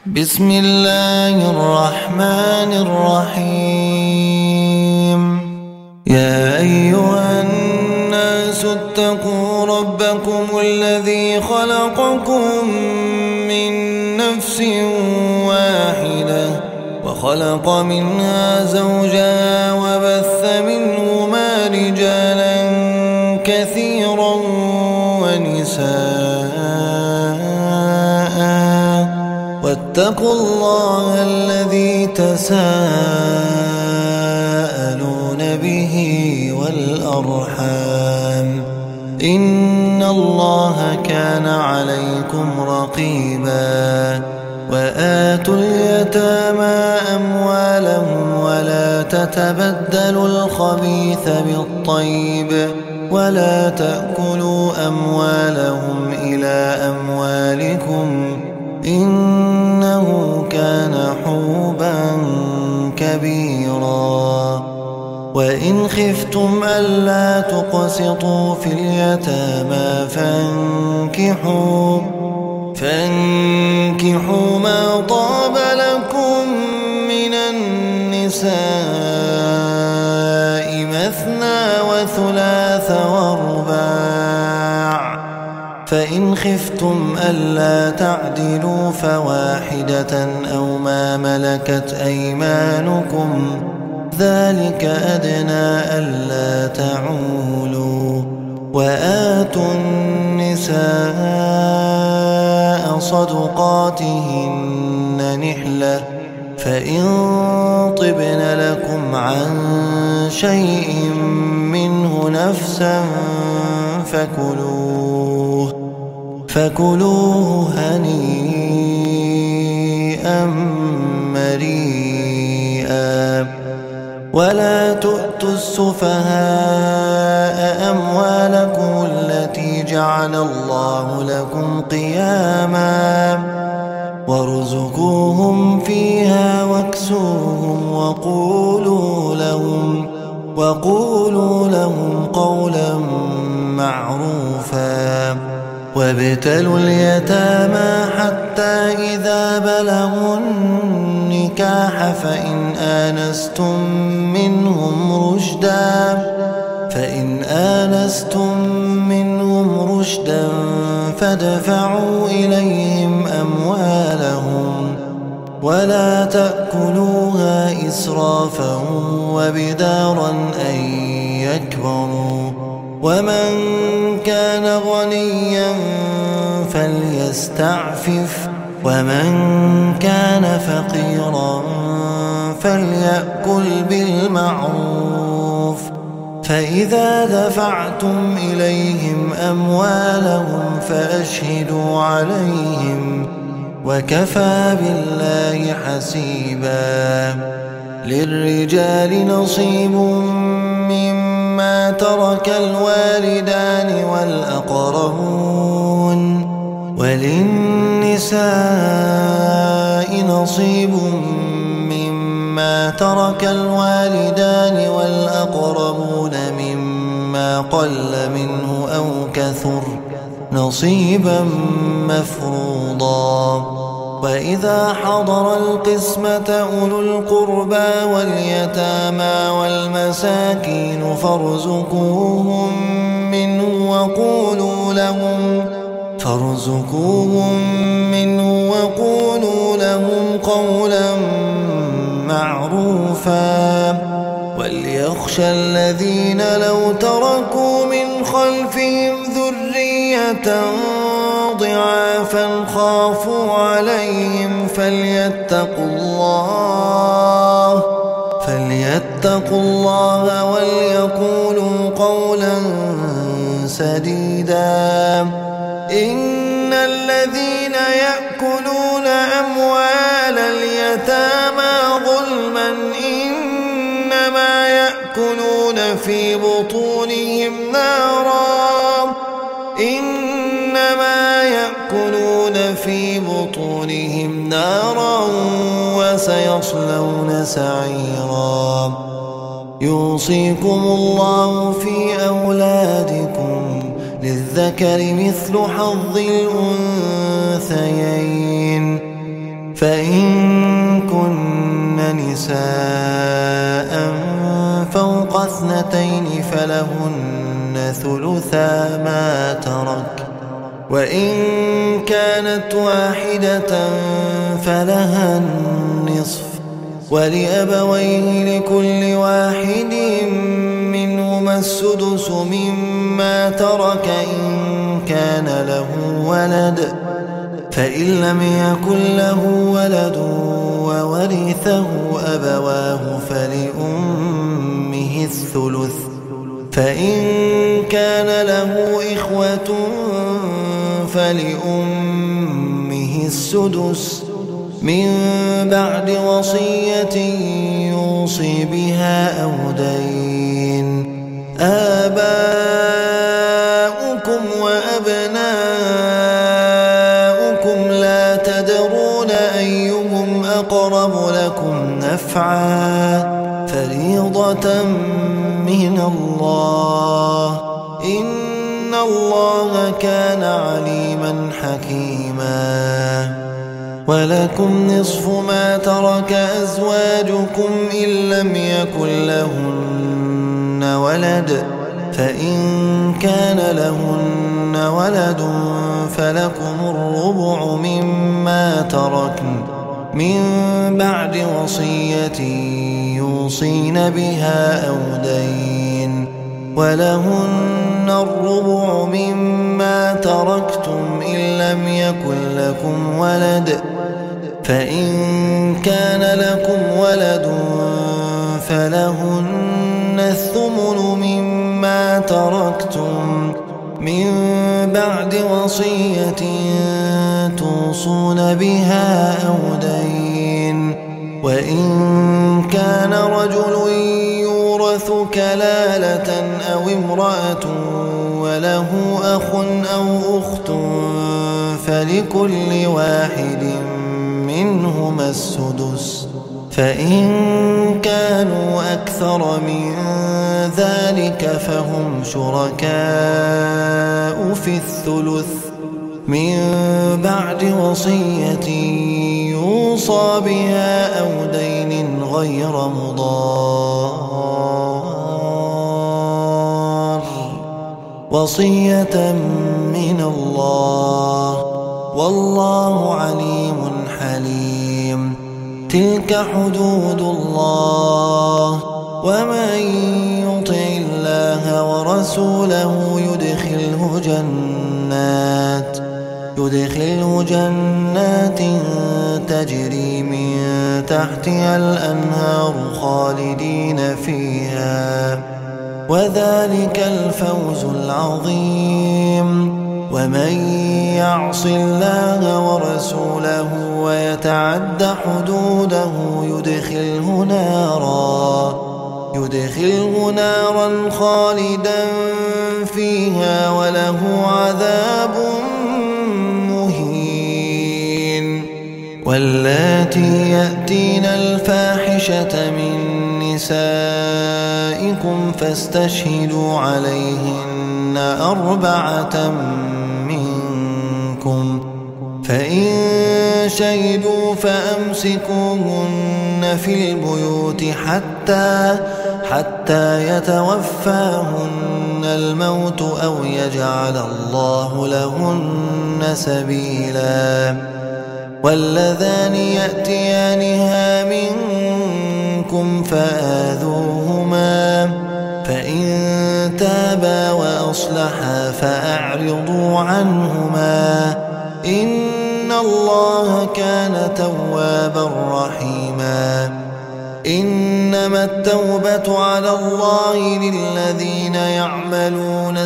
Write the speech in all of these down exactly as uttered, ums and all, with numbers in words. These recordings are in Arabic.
بسم الله الرحمن الرحيم. يا أيها الناس اتقوا ربكم الذي خلقكم من نفس واحدة وخلق منها زوجها وبث منهما رجالا كثيرا ونساء واتقوا الله الذي تساءلون به والأرحام إن الله كان عليكم رقيبا. وآتوا اليتامى أموالهم ولا تتبدلوا الخبيث بالطيب ولا تأكلوا أموالهم إلى أموالكم إنه كان حوبا كبيرا. وإن خفتم ألا تقسطوا في اليتامى فانكحوا فانكحوا ما طاب لكم من النساء مثنى وثلاث ورباع، فإن خفتم ألا تعدلوا فواحدة أو ما ملكت أيمانكم ذلك أدنى ألا تعولوا. وآتوا النساء صدقاتهن نحلة فإن طبن لكم عن شيء منه نفسا فكلوه فكلوه هنيئا مريئا. ولا تؤتوا السفهاء أموالكم التي جعل الله لكم قياما وارزقوهم فيها واكسوهم وقولوا لهم وقولوا لهم قولا معروفا. وابتلوا اليتامى حتى إذا بلغوا النكاح فإن آنستم منهم رشدا فإن آنستم منهم رشدا فادفعوا إليهم أموالهم ولا تأكلوها إسرافا وبدارا أن يكبروا. ومن كان غنيا فليستعفف ومن كان فقيرا فليأكل بالمعروف. فإذا دفعتم إليهم أموالهم فأشهدوا عليهم وكفى بالله حسيبا. للرجال نصيب مما ترك الوالدان والأقربون وللنساء نصيب مما ترك الوالدان والأقربون مما قل منه أو كثر نصيبا مفروضا. وإذا حضر القسمة أولو القربى واليتامى والمساكين فارزقوهم منه وقولوا لهم فارزقوهم منه وقولوا لهم قولا معروفا. وليخشى الذين لو تركوا من خلفهم ذرية ضعافا خافوا عليهم فليتقوا الله فليتقوا الله وليقولوا قولا سديدا. إن الذين يأكلون أموال اليتامى ظلما إنما يأكلون في بطونهم نارا إنما يأكلون في بطونهم نارا وسيصلون سعيرا. يوصيكم الله في أولادكم للذكر مثل حظ الأنثيين فإن كن نساء فوق اثنتين فلهن ثلثا ما ترك، وإن كانت واحدة فلها النصف، ولأبويه لكل واحد منهما السدس مما ترك إن كان له ولد، فإن لم يكن له ولد وورثه أبواه فلأمه الثلث، فإن كان له إخوة فلأمه السدس من بعد وصية يوصي بها أو دين. آباؤكم وأبناؤكم لا تدرون أيهم أقرب لكم نفعا، فريضة من الله، إن الله كان عليما حكيما. ولكم نصف ما ترك أزواجكم إن لم يكن لهن ولد، فإن كان لهن ولد فلكم الربع مما تركن من بعد وصية يوصين بها أو دين، ولهن الربع مما تركتم إن لم يكن لكم ولد، فإن كان لكم ولد فلهن الثمن مما تركتم من بعد وصية توصون بها أو دين. وإن كان رجل يورث كلالة أو امرأة وله أخ أو أخت فلكل واحد منهما السدس، فإن كانوا أكثر من ذلك فهم شركاء في الثلث من بعد وصية يوصى بها أو دين غير مضار، وصية من الله، والله عليم حليم. تلك حدود الله، ومن يطع الله ورسوله يدخله جنات يدخله جنات تجري من تحتها الأنهار خالدين فيها، وذلك الفوز العظيم. ومن يعص الله ورسوله ويتعد حدوده يدخله نارا يدخله نارا خالدا فيها وله عذاب مهين. واللاتي يأتين الفاحشة من نسائكم فاستشهدوا عليهن أربعة منكم، فإن شهدوا فأمسكوهن في البيوت حتى حتى يتوفاهن الموت أو يجعل الله لهن سبيلا. واللذان يأتيانها منكم فآذوهما، فإن تابا وأصلحا فأعرضوا عنهما، إن الله كان توابا رحيما. إنما التوبة على الله للذين يعملون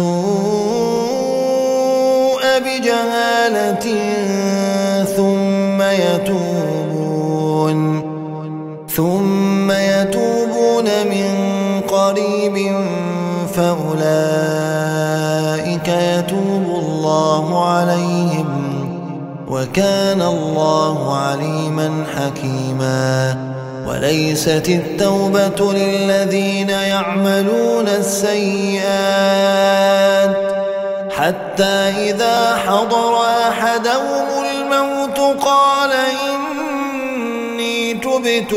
السوء بجهالة ثم يتوبون ثم يتوبون من قريب فأولئك يتوب الله عليهم، وكان الله عليما حكيما. وليست التوبة للذين يعملون السيئات حتى إذا حضر أحدهم الموت قال إن تبت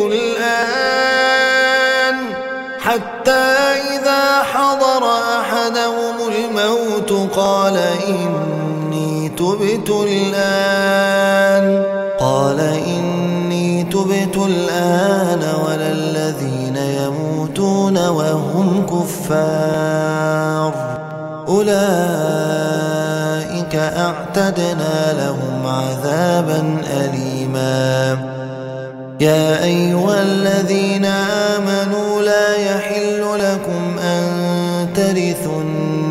الآن حتى إذا حضر أحدهم الموت قال إني تبت الآن قال إني تبت الآن ولا الذين يموتون وهم كفار أولئك أعتدنا لهم عذابا أليما يا أيها الذين آمنوا لا يحل لكم أن ترثوا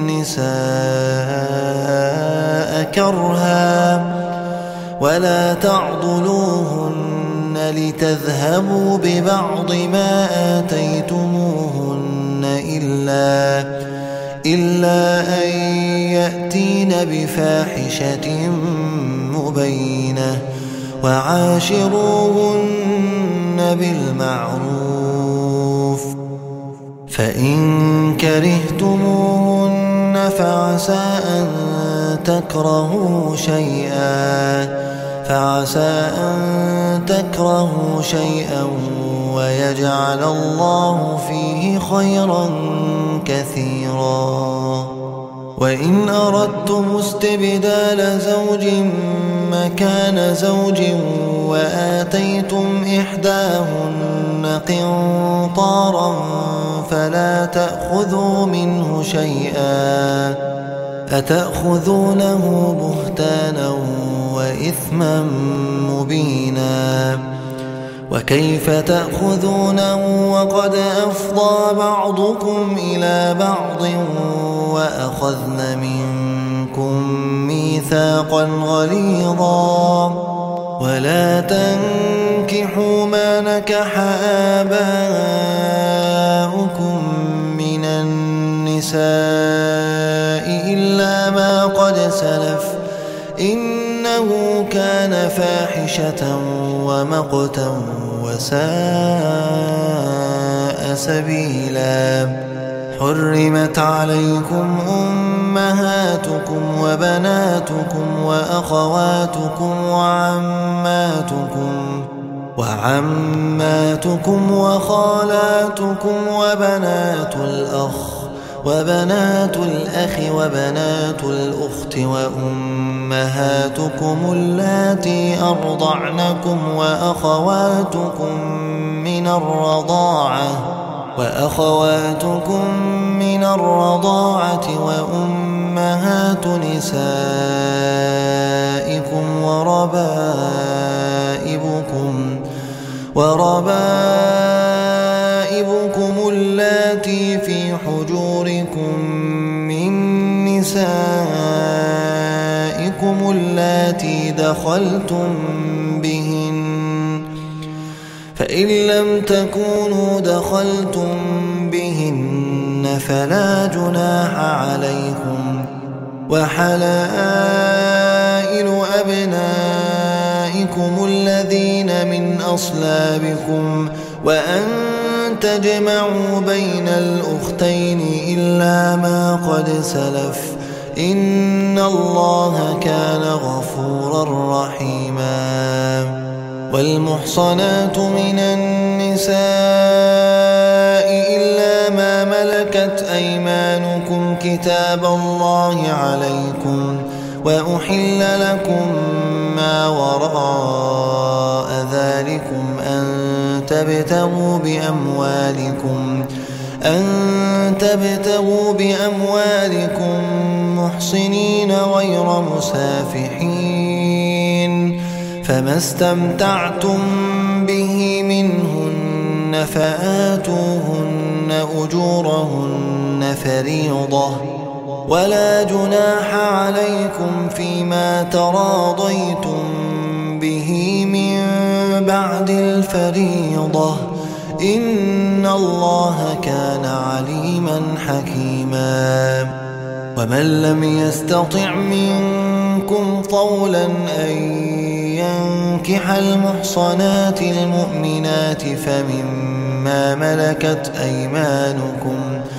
النساء كرها ولا تعضلوهن لتذهبوا ببعض ما آتيتموهن إلا إلا أن يأتين بفاحشة مبينة وعاشروهن بالمعروف فإن كرهتموهن فعسى أن تكرهوا شيئا فعسى أن تكرهوا شيئا ويجعل الله فيه خيرا كثيرا وإن أردتم استبدال زوج مكان زوج وآتيتم إحداهن قنطارا فلا تأخذوا منه شيئا أتأخذونه بهتانا وإثما مبينا وكيف تأخذونه وقد أفضى بعضكم إلى بعض وأخذن منكم ميثاقا غليظا ولا تنكحوا ما نكح آباؤكم من النساء إلا ما قد سلف إنه كان فاحشة ومقتا وساء سبيلا حرمت عليكم أمهاتكم وبناتكم وأخواتكم وعماتكم وعماتكم وخالاتكم وبنات الأخ وبنات الأخ وبنات الأخت وأمهاتكم اللاتي أرضعنكم وأخواتكم من الرضاعة وأخواتكم من الرضاعة وأمهات نسائكم وربائبكم وربائبكم اللاتي في حجوركم من نسائكم اللاتي دخلتم بهن فإن لم تكونوا دخلتم بهن فلا جناح عليكم وحلائل أبنائكم الذين من أصلابكم وأن تجمعوا بين الأختين إلا ما قد سلف إن الله كان غفورا رحيما والمحصنات من النساء إلا ما ملكت أيمانكم كتاب الله عليكم وأحل لكم ما وراء ذلكم أن تبتغوا بأموالكم أن تبتغوا بأموالكم محصنين غير مسافحين فما استمتعتم به منهن فآتوهن أجورهن فريضة ولا جناح عليكم فيما تراضيتم به من بعد الفريضة إن الله كان عليما حكيما ومن لم يستطع منكم طولا أن ينكح المحصنات المؤمنات فمما ملكت أيمانكم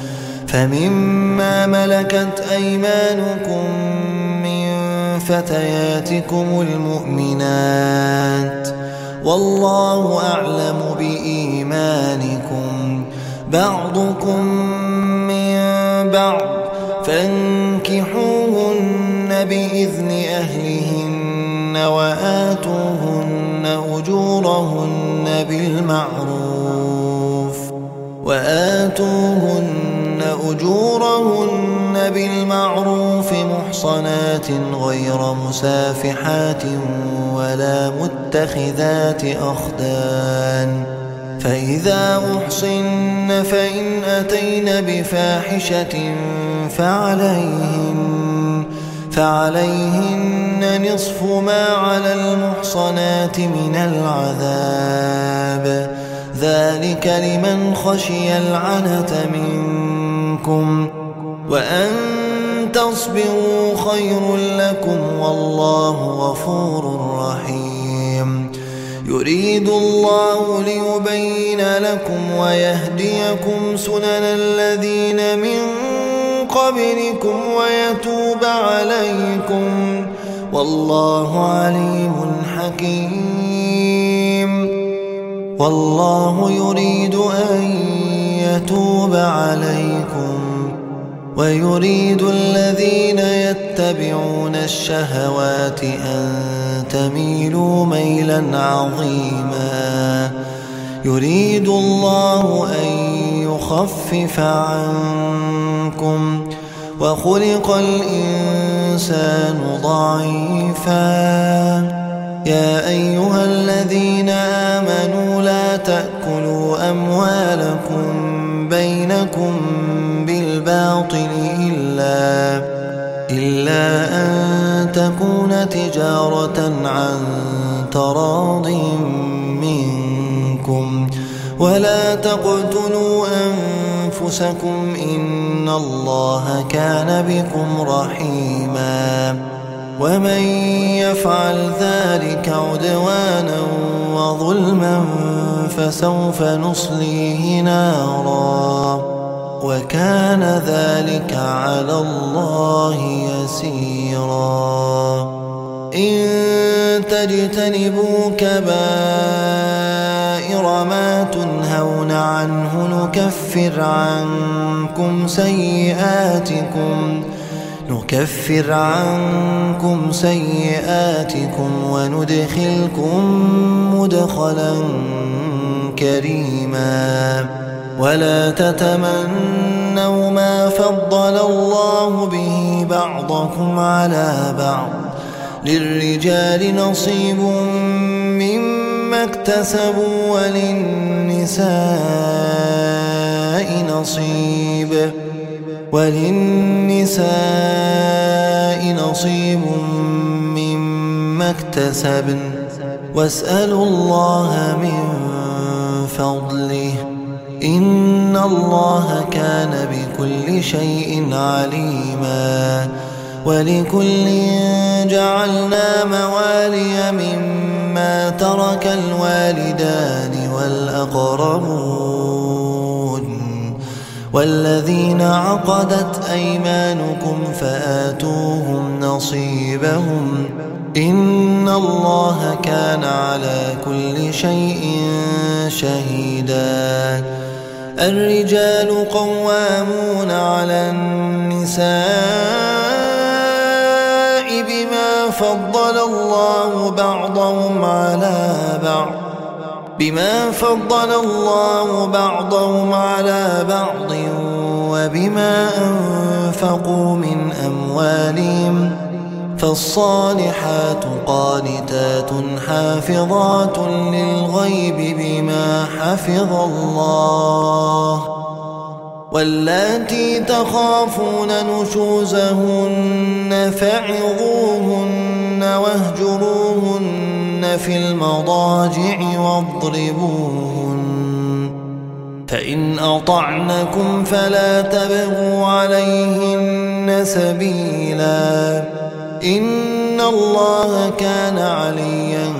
فمما ملكت أيمانكم من فتياتكم المؤمنات والله أعلم بإيمانكم بعضكم من بعض فانكحوهن بإذن أهلهن وآتوهن أجورهن بالمعروف وآتوهن أجورهن بالمعروف محصنات غير مسافحات ولا متخذات أخدان فإذا أحصن فإن أتين بفاحشة فعليهن فعليهن نصف ما على المحصنات من العذاب ذلك لمن خشي العنة منكم وأن تصبروا خير لكم والله غفور رحيم يريد الله ليبين لكم ويهديكم سنن الذين من قبلكم ويتوب عليكم والله عليم حكيم والله يريد أن يتوب عليكم ويريد الذين يتبعون الشهوات أن تميلوا ميلا عظيما يريد الله أن يخفف عنكم وخلق الإنسان ضعيفا يا أيها الذين آمنوا لا تأكلوا أموالكم بينكم بالباطل إلا, إلا أن تكون تجارة عن تراض منكم ولا تقتلوا أنفسكم إن الله كان بكم رحيما ومن يفعل ذلك عدوانا وظلما فسوف نصليه نارا وكان ذلك على الله يسيرا إن تجتنبوا كبائر ما تنهون عنه نكفر عنكم سيئاتكم نكفر عنكم سيئاتكم وندخلكم مدخلا كريما ولا تتمنوا ما فضل الله به بعضكم على بعض للرجال نصيب مما اكتسبوا وللنساء نصيب وللنساء نصيب مما اكتسبن واسألوا الله من فضله إن الله كان بكل شيء عليما ولكل جعلنا موالي مما ترك الوالدان والأقربون والذين عقدت أيمانكم فآتوهم نصيبهم إن الله كان على كل شيء شهيدا الرجال قوامون على النساء بما فضل الله بعضهم على بعض بما فضل الله بعضهم على بعض وبما أنفقوا من أموالهم فالصالحات قانتات حافظات للغيب بما حفظ الله واللاتي تخافون نشوزهن فعظوهن واهجروهن في المضاجع واضربوهن فإن أطعنكم فلا تبغوا عليهن سبيلا إن الله كان عليا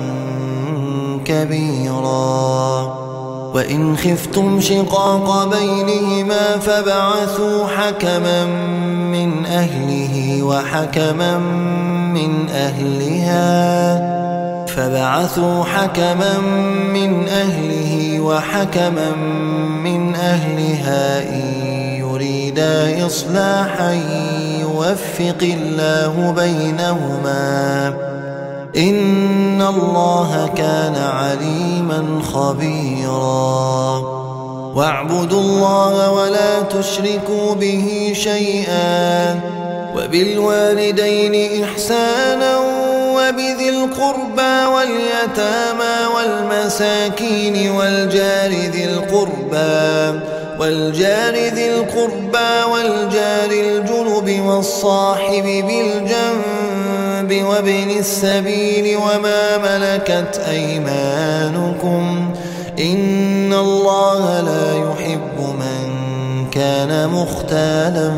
كبيرا وإن خفتم شقاق بينهما فبعثوا حكما من أهله وحكما من أهلها فبعثوا حكما من أهله وحكما من أهلها إن يريدا إصلاحا يوفق الله بينهما إن الله كان عليما خبيرا واعبدوا الله ولا تشركوا به شيئا وبالوالدين إحسانا وبذي القربى واليتامى والمساكين والجار ذي القربى والجار ذي القربى والجار الجنب والصاحب بالجنب وابن السبيل وما ملكت أيمانكم إن الله لا يحب من كان مختالا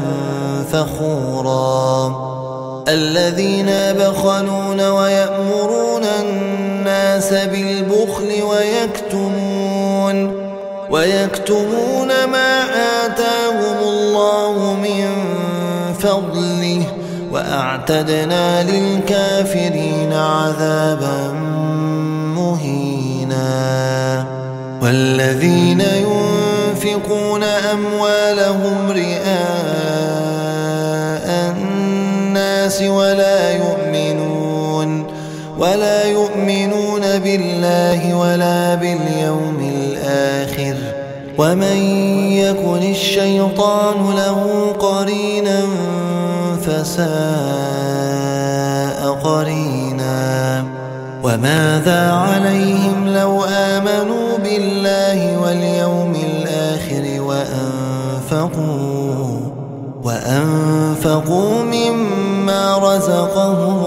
فخورا الذين يبخلون ويأمرون الناس بالبخل ويكتمون ويكتمون ما آتاهم الله من فضله وأعتدنا للكافرين عذابا مهينا والذين ينفقون أموالهم رئاء الناس ولا يؤمنون ولا يؤمنون بالله ولا باليوم الآخر ومن يكن الشيطان له قرينا فساء قرينا وماذا عليهم لو آمنوا بالله واليوم الآخر وأنفقوا وأنفقوا مما رزقهم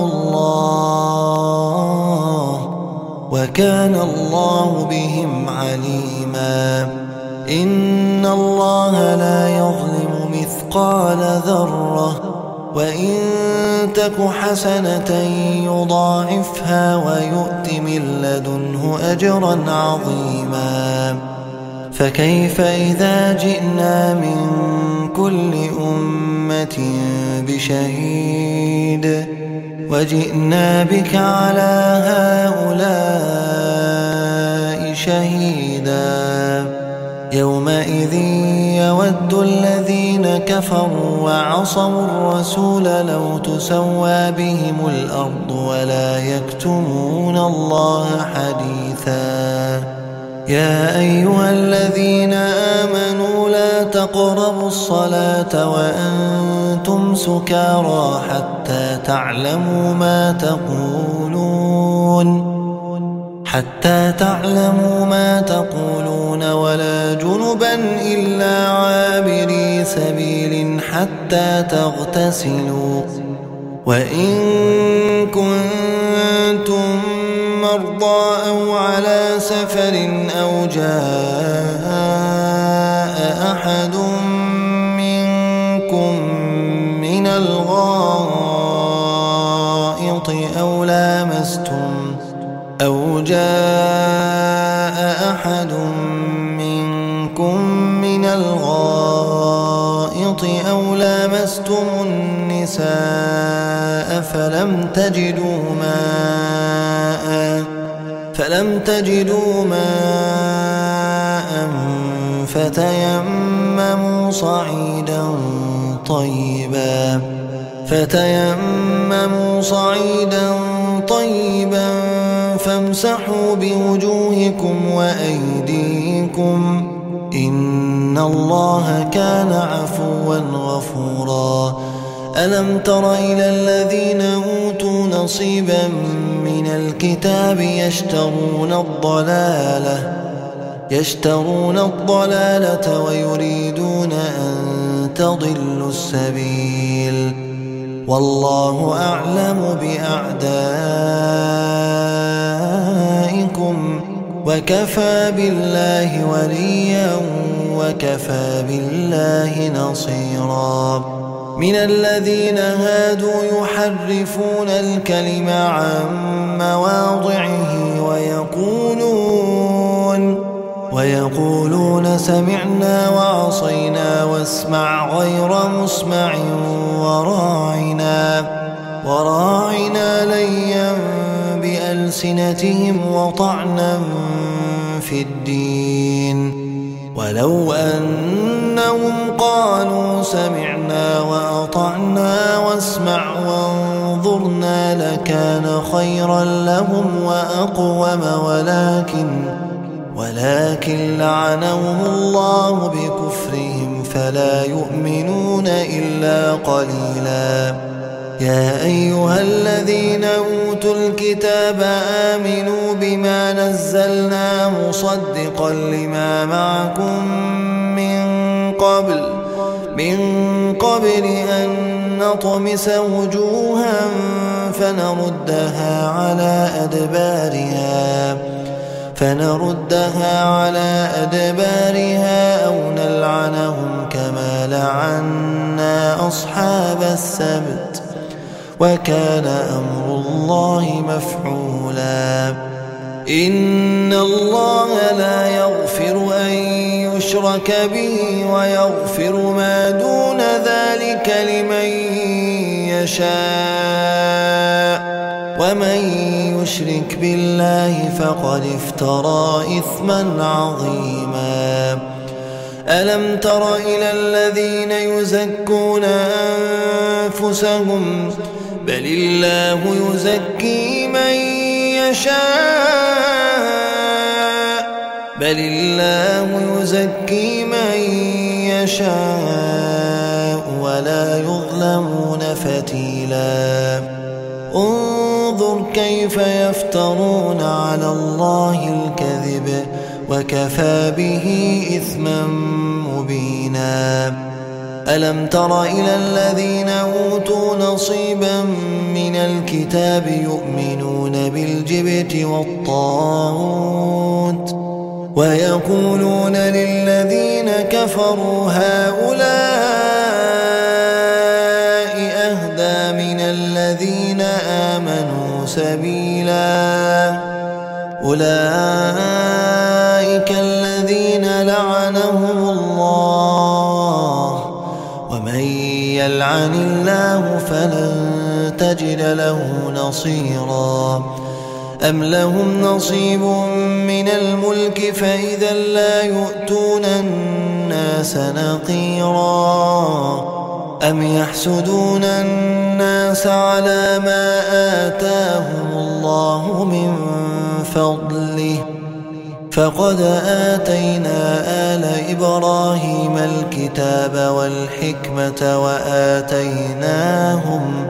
الله وكان الله بهم عليما إن الله لا يظلم مثقال ذرة وإن تك حسنة يضاعفها ويؤت من لدنه أجرا عظيما فكيف إذا جئنا من كل أمة بشهيد وجئنا بك على هؤلاء شهيدا يومئذ يود الذين كفروا وعصوا الرسول لو تسوى بهم الأرض ولا يكتمون الله حديثا يا أيها الذين آمنوا لا تقربوا الصلاة وأنتم سكارى حتى تعلموا ما تقولون حتى تعلموا ما تقولون ولا جنبا إلا عابري سبيل حتى تغتسلوا وإن كنتم مرضى أو على سفر أو جاء أحد منكم من الغائط أو لامستم أو جاء أحد منكم من الغائط أو لامستم النساء فلم تجدوا ماء فلم تجدوا ماء فتيمموا صعيدا طيبا فتيمموا صعيدا طيبا فامسحوا بوجوهكم وأيديكم إن الله كان عفوا غفورا ألم تر إلى الذين أوتوا نصيبا من الكتاب يشترون الضلالة يشترون الضلالة ويريدون أن تضلوا السبيل والله أعلم بأعدائكم وكفى بالله وليا وكفى بالله نصيرا من الذين هادوا يحرفون الكلم عن مواضعه ويقولون ويقولون سمعنا وعصينا واسمع غير مسمع وراعنا وراعنا ليا بأن بألسنتهم وطعنا في الدين. ولو أنهم قالوا سمعنا وأطعنا واسمع وانظرنا لكان خيرا لهم وأقوم، ولكن ولكن لعنهم الله بكفرهم فلا يؤمنون إلا قليلا. يا أيها الذين أوتوا الكتاب آمنوا بما نزلنا مصدقا لما معكم من قبل من قبل أن نطمس وجوها فنردها على أدبارها فنردها على أدبارها أو نلعنهم كما لعنا أصحاب السبت، وكان أمر الله مفعولا. إن الله لا يغفر أن يشرك به ويغفر ما دون ذلك لمن يشاء، ومن يشرك بالله فقد افترى إثما عظيما. ألم تر إلى الذين يزكون أنفسهم بل الله يزكي من يشاء بل الله يزكي من يشاء ولا يظلمون فتيلا. انظر كيف يفترون على الله الكذب وكفى به إثما مبينا. ألم تر إلى الذين أوتوا نصيبا من الكتاب يؤمنون بالجبت والطاغوت ويقولون للذين كفروا هؤلاء أهدى من الذين آمنوا سبيلا. أولئك الذين لعنهم الله ومن يلعن الله فلن تجد له نصيرا. أم لهم نصيب من الملك فإذا لا يؤتون الناس نقيرا. أم يحسدون الناس على ما آتاهم الله من فضله فقد آتينا آل إبراهيم الكتاب والحكمة وآتيناهم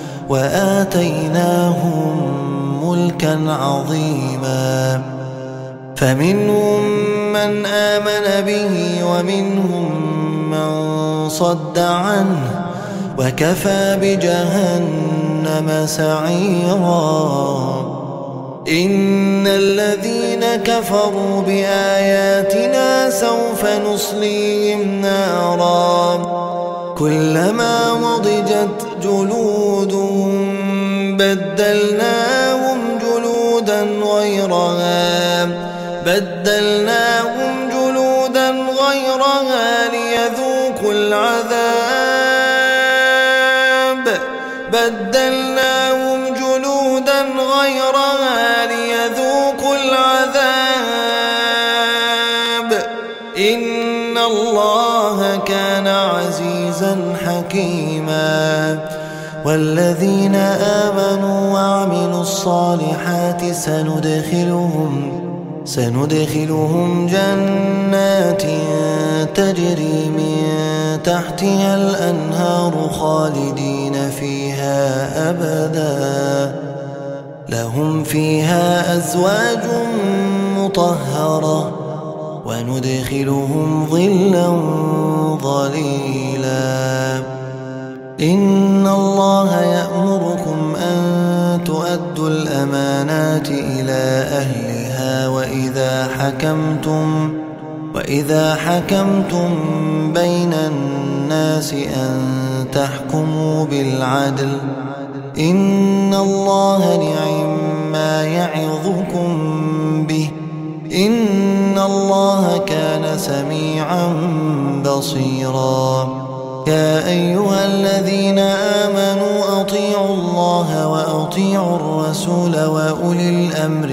وآتيناهم ملكا عظيما. فمنهم من آمن به ومنهم من صد عنه وكفى بجهنم سعيرا. إن الذين كفروا بآياتنا سوف نصليهم نارا كلما نضجت جلودهم بدلناهم جلودا غيرها بدلناهم جلودا غيرها ليذوقوا العذاب بدلناهم جلودا غيرها ليذوقوا العذاب. إن الله كان عزيزا حكيما. والذين آمنوا وعملوا الصالحات سندخلهم سندخلهم جنات تجري من تحتها الأنهار خالدين فيها أبدا لهم فيها أزواج مطهرة وندخلهم ظلا ظليلا. إن الله يأمركم أن تؤدوا الأمانات إلى أهلها وإذا حكمتم وإذا حكمتم بين الناس أن تحكموا بالعدل. إن الله نعم ما يعظكم به إن الله كان سميعا بصيرا. يا أيها الذين آمنوا أطيعوا الله وأطيعوا الرسول وأولي الأمر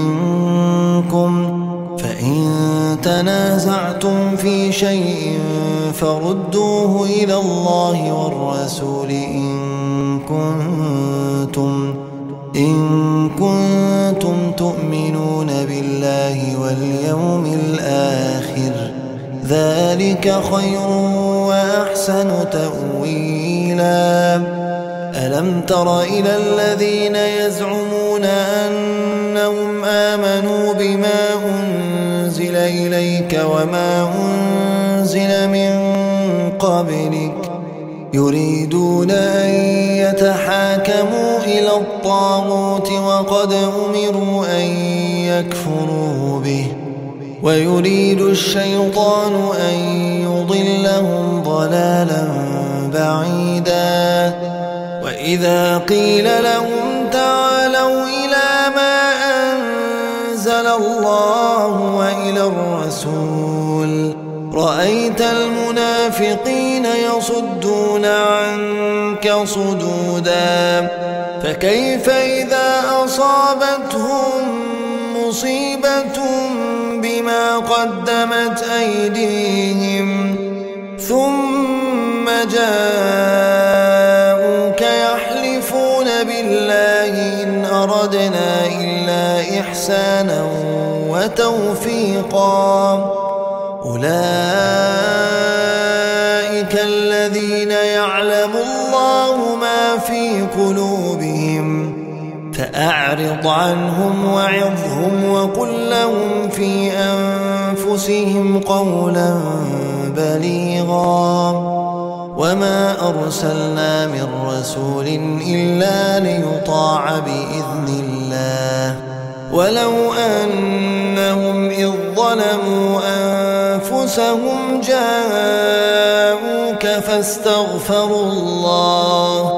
منكم فإن تنازعتم في شيء فردوه إلى الله والرسول إن كنتم إن كنتم تؤمنون بالله واليوم الآخر ذلك خير وأحسن تأويلا. ألم تر إلى الذين يزعمون أنهم آمنوا بما أنزل إليك وما أنزل من قبلك يريدون أن يتحاكموا إلى الطاغوت وقد أمروا أن يكفروا به ويريد الشيطان أن يضلهم ضلالا بعيدا. وإذا قيل لهم تعالوا إلى ما أنزل الله وإلى الرسول رأيت المنافقين يصدون عنك صدودا. فكيف إذا أصابتهم مصيبة بما قدمت أيديهم ثم جاءوك يحلفون بالله إن أردنا إلا إحسانا وتوفيقا أولئك الذين يعلم الله ما في قلوبهم فأعرض عنهم وعظهم وقل لهم في أنفسهم قولا بليغا. وما أرسلنا من رسول إلا ليطاع بإذن الله ولو أنهم إذ ظلموا أنفسهم جاءوك فاستغفروا الله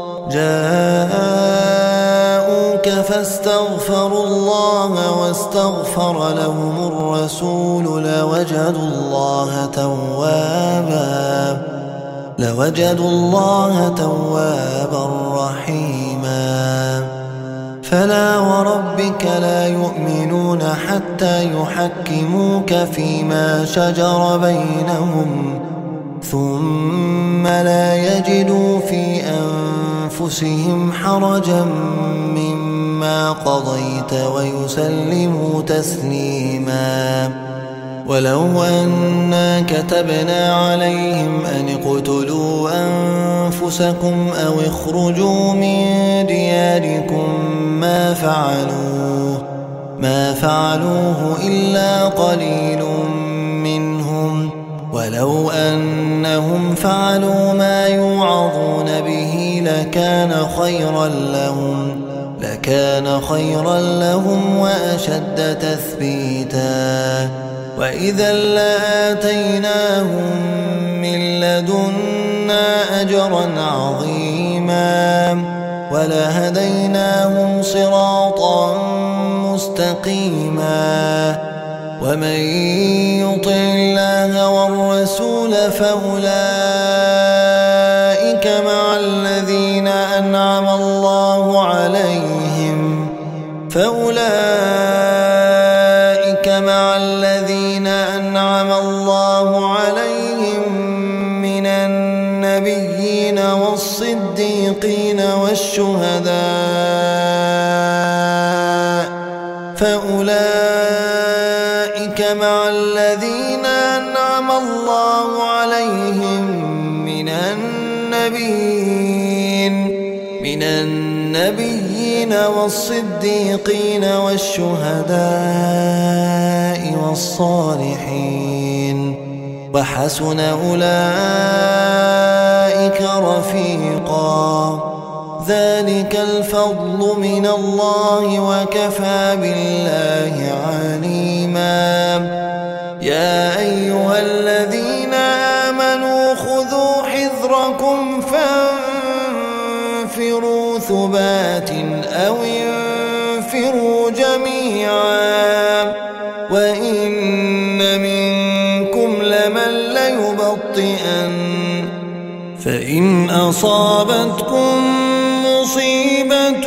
جاءوك فاستغفروا الله واستغفر لهم الرسول لوجدوا الله توابا لوجدوا الله توابا رحيما. فلا وربك لا يؤمنون حتى يحكموك فيما شجر بينهم ثم لا يجدوا في أنفسهم حرجا مما قضيت ويسلموا تسليما. ولو أنا كتبنا عليهم أن اقتلوا أنفسكم أو اخرجوا من دياركم ما فعلوه ما فعلوه إلا قليل منهم ولو أنهم فعلوا ما يوعظون به لكان خيرا لهم لكان خيرا لهم وأشد تثبيتا. وإذا لآتيناهم من لدنا أجرا عظيما ولهديناهم صراطا مستقيما. ومن يطع الله والرسول فأولئك مع الذين أنعم الله عليهم فأولئك مع الذين أنعم الله عليهم من النبيين والصديقين والشهداء فأولئك مع الذين أنعم الله عليهم من النبيين من النبيين والصديقين والشهداء والصالحين وحسن أولئك رفيقا. ذلك الفضل من الله وكفى بالله عليما. يا أيها الذين آمنوا خذوا حذركم فانفروا ثبات أو انفروا جميعا وإن منكم لمن ليبطئن فإن أصابتكم مصيبة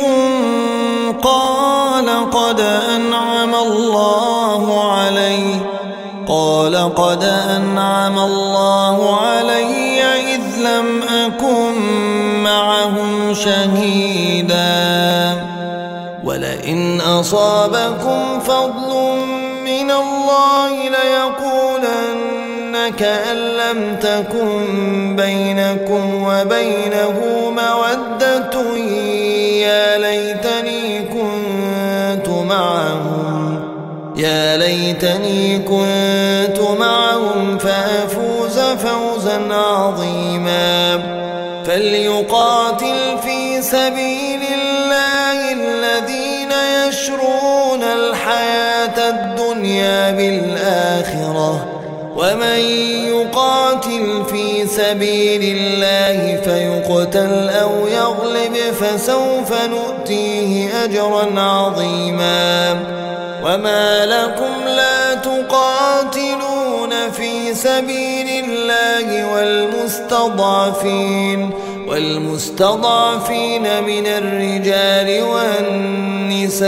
قال قد أنعم الله علي قال قد أنعم الله علي إذ لم أكن معهم شهيدا ولئن أصابكم فضل من الله ليقولن كأن لم تكن بينكم وبينه مودة يا ليتني كنت معهم يا ليتني كنت معهم فأفوز فوزا عظيما فليقاتل في سبيل الله الذين يشرون الحياة الدنيا بالآخرة ومن يقاتل في سبيل الله فيقتل أو يغلب فسوف نؤتيه أجرا عظيما وما لكم لا تقاتلون في سبيل الله والمستضعفين والمستضعفين من الرجال والنساء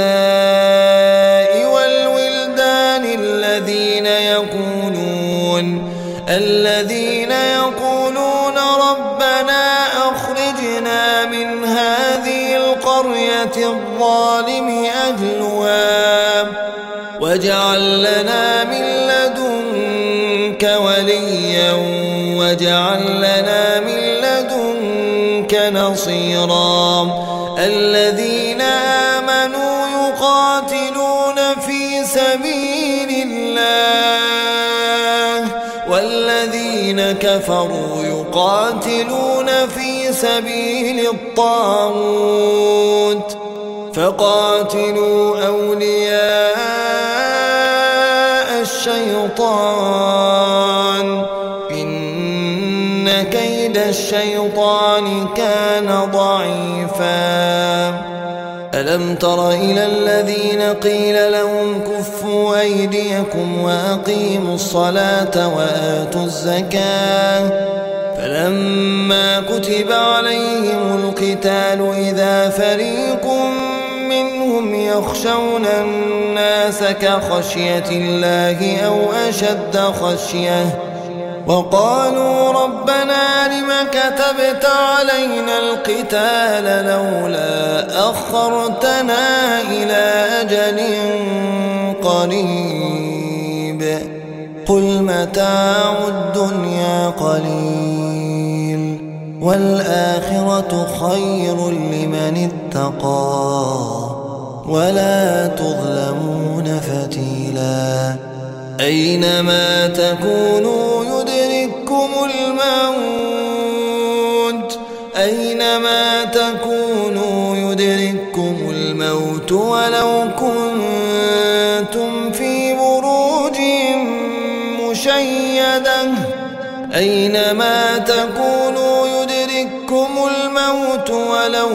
والولدان الذين يقولون الذين يقولون ربنا أخرجنا من هذه القرية الظالم أهلها واجعل لنا من لدنك وليا واجعل لنا من لدنك نصيرا الذين آمنوا يقاتلون في سبيل الله والذين كفروا يقاتلون في سبيل الطاغوت فقاتلوا أولياء الشيطان إن كيد الشيطان كان ضعيفا ألم تر إلى الذين قيل لهم كفوا أيديكم وأقيموا الصلاة وآتوا الزكاة فلما كتب عليهم القتال إذا فريق منهم يخشون الناس كخشية الله أو أشد خشية وقالوا ربنا لم كتبت علينا القتال لولا أخرتنا إلى أجل قريب قل متاع الدنيا قليل والآخرة خير لمن اتقى ولا تظلمون فتيلا أينما تكونوا يدرككم الموت أينما تكونوا يدرككم الموت ولو كنتم في بروج مشيدة أينما تكونوا يدرككم الموت ولو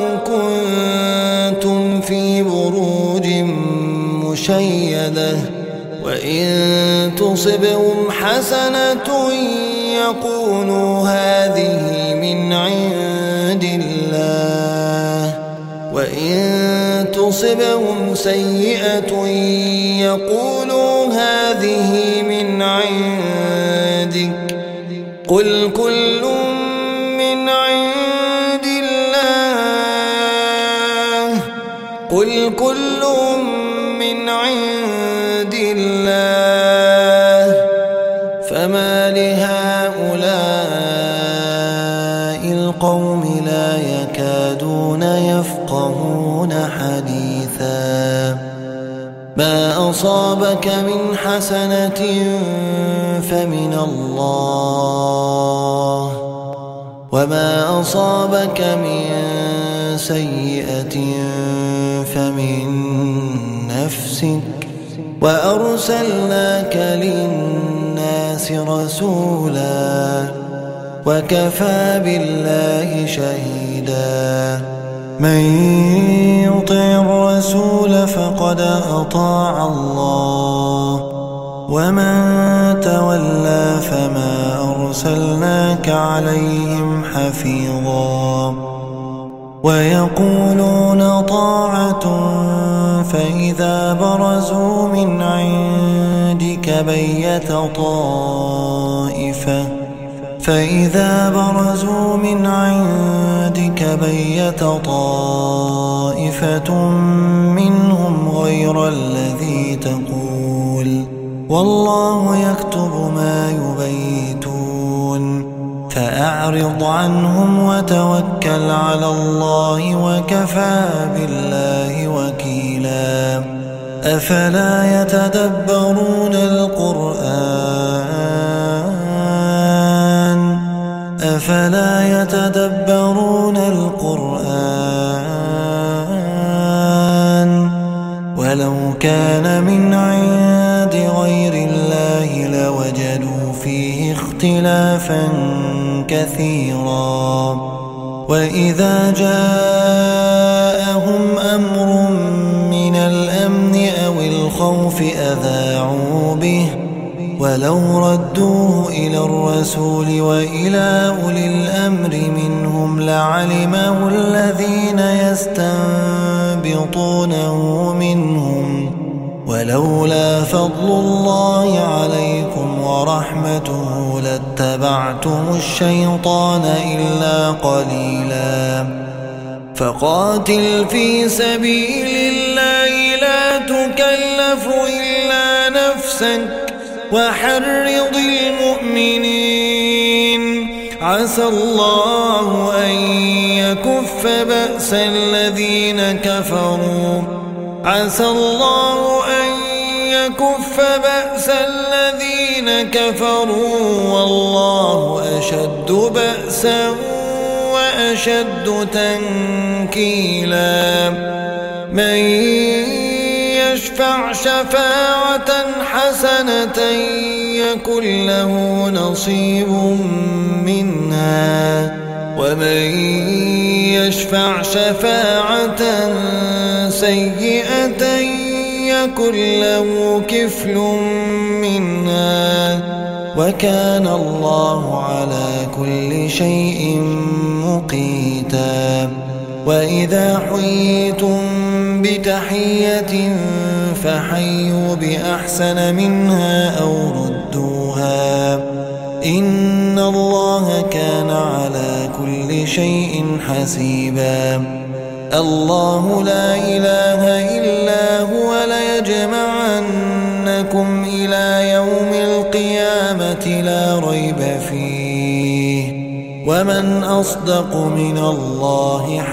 كنتم في بروج مشيدة وإن تصبهم حسنة يقولوا هذه من عند الله وإن تصبهم سيئة يقولوا هذه من عندك قل كل من عند الله قل كل من عند الله فما لهؤلاء القوم لا يكادون يفقهون حديثا ما أصابك من حسنة فمن الله وما أصابك من سيئة فمن نفسك وأرسلناك للناس رسولا وكفى بالله شهيدا من يطع الرسول فقد أطاع الله ومن تولى فما أرسلناك عليهم حفيظا ويقولون طاعة فإذا برزوا من عندك بيت طائفة فإذا برزوا من عندك بيت طائفة منهم غير الذي تقول والله يكتب ما يبيتون فأعرض عنهم وتوكل على الله وكفى بالله وكيلا أفلا يتدبرون القرآن أفلا يتدبرون القرآن ولو كان من عند غير الله لوجدوا فيه اختلافا كثيرا وإذا جاءهم أمر من الأمن أو الخوف أذاعوا به ولو ردوه إلى الرسول وإلى أولي الأمر منهم لعلمه الذين يستنبطونه منهم ولولا فضل الله عليكم ورحمته لاتبعتم الشيطان إلا قليلا فقاتل في سبيل الله لا تكلف إلا نفسك وحرض المؤمنين عسى الله أن يكف بأس الذين كفروا عسى الله أن يكف بأس الذين كفروا والله أشد بأسا وأشد تنكيلا من يشفع شفاعة حسنة يكن له نصيب منها ومن يشفع شفاعة سيئة يكن له كفل منها وكان الله على كل شيء مقيتا وإذا حييتم بتحية فحيوا بأحسن منها أو ردوها إن الله كان على كل شيء حسيبا الله لا إله إلا هو ليجمعنكم إلى يوم القيامة لا ريب فيه ومن أصدق من الله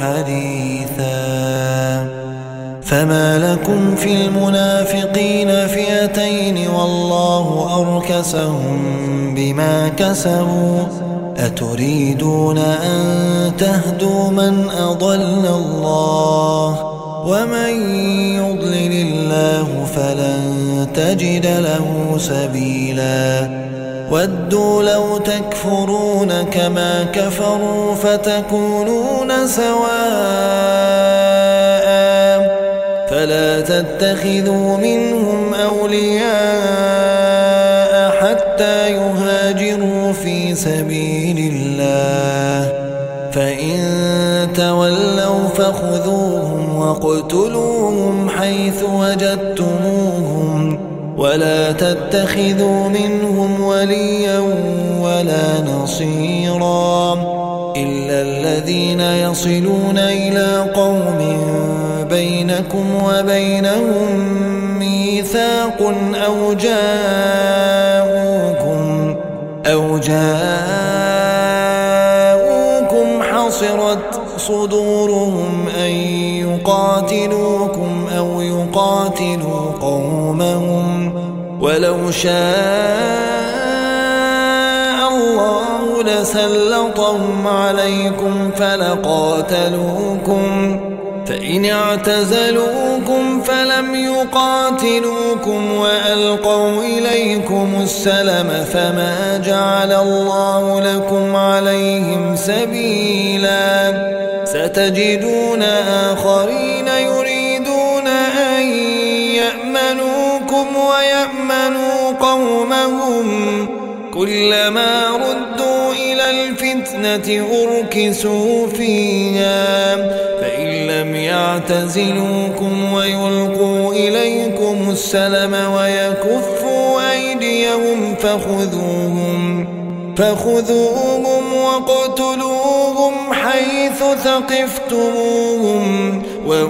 حديثا فما لكم في المنافقين فئتين والله أركسهم بما كسبوا أتريدون أن تهدوا من أضل الله ومن يضلل الله فلن تجد له سبيلا ودوا لو تكفرون كما كفروا فتكونون سواء فلا تتخذوا منهم أولياء حتى يهاجروا في سبيل الله فإن تولوا فخذوهم واقتلوهم حيث وجدتموهم ولا تتخذوا منهم وليا ولا نصيرا إلا الذين يصلون إلى قوم بينكم وبينهم ميثاق أو جاءوكم أو جاءوكم حصرت صدورهم أن يقاتلوكم أو يقاتلوا قومهم ولو شاء الله لسلطهم عليكم فلقاتلوكم فإن اعتزلوكم فلم يقاتلوكم وألقوا إليكم السلم فما جعل الله لكم عليهم سبيلا ستجدون آخرين يريدون أن يأمنوكم ويأمنوا قومهم كلما ردوا إلى الفتنة أركسوا فيها فإن لم يعتزلوكم ويلقوا إليكم السلم ويكفوا أيديهم فخذوهم فخذوهم واقتلوهم حيث ثقفتموهم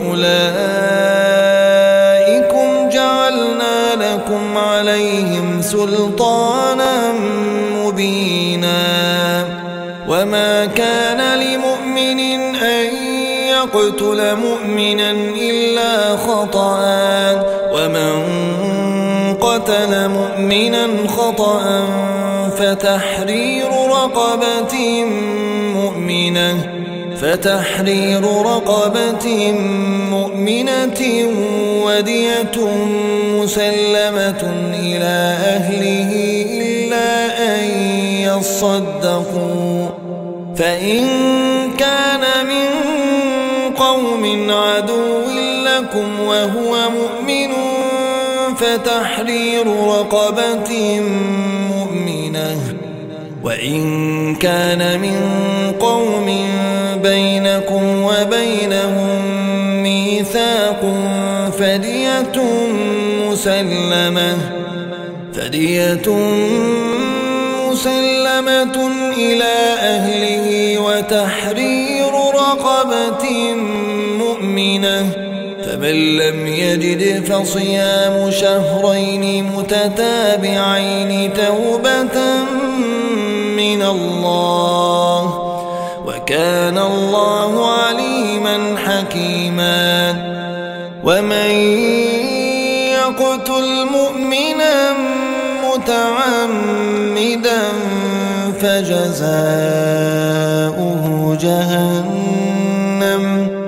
وأولئكم جعلنا لكم عليهم سلطانا مبينا وما كان لمؤمن أن يقتل مؤمنا إلا خطأ ومن قتل مؤمنا خطأ فتحرير رقبة مؤمنة فتحرير رقبة مؤمنة ودية مسلمة إلى أهله إلا أن يصدقوا فإن كان من قوم عدو لكم وهو مؤمن فتحرير رقبة مؤمنة وإن كان من قوم بينكم وبينهم ميثاق فدية مسلمة فدية مسلمة إلى أهله وتحرير رقبة مؤمنة فمن لم يجد فصيام شهرين متتابعين توبة من الله وكان الله عليما حكيما ومن يقتل مؤمنا متعمدا فجزاؤه جهنم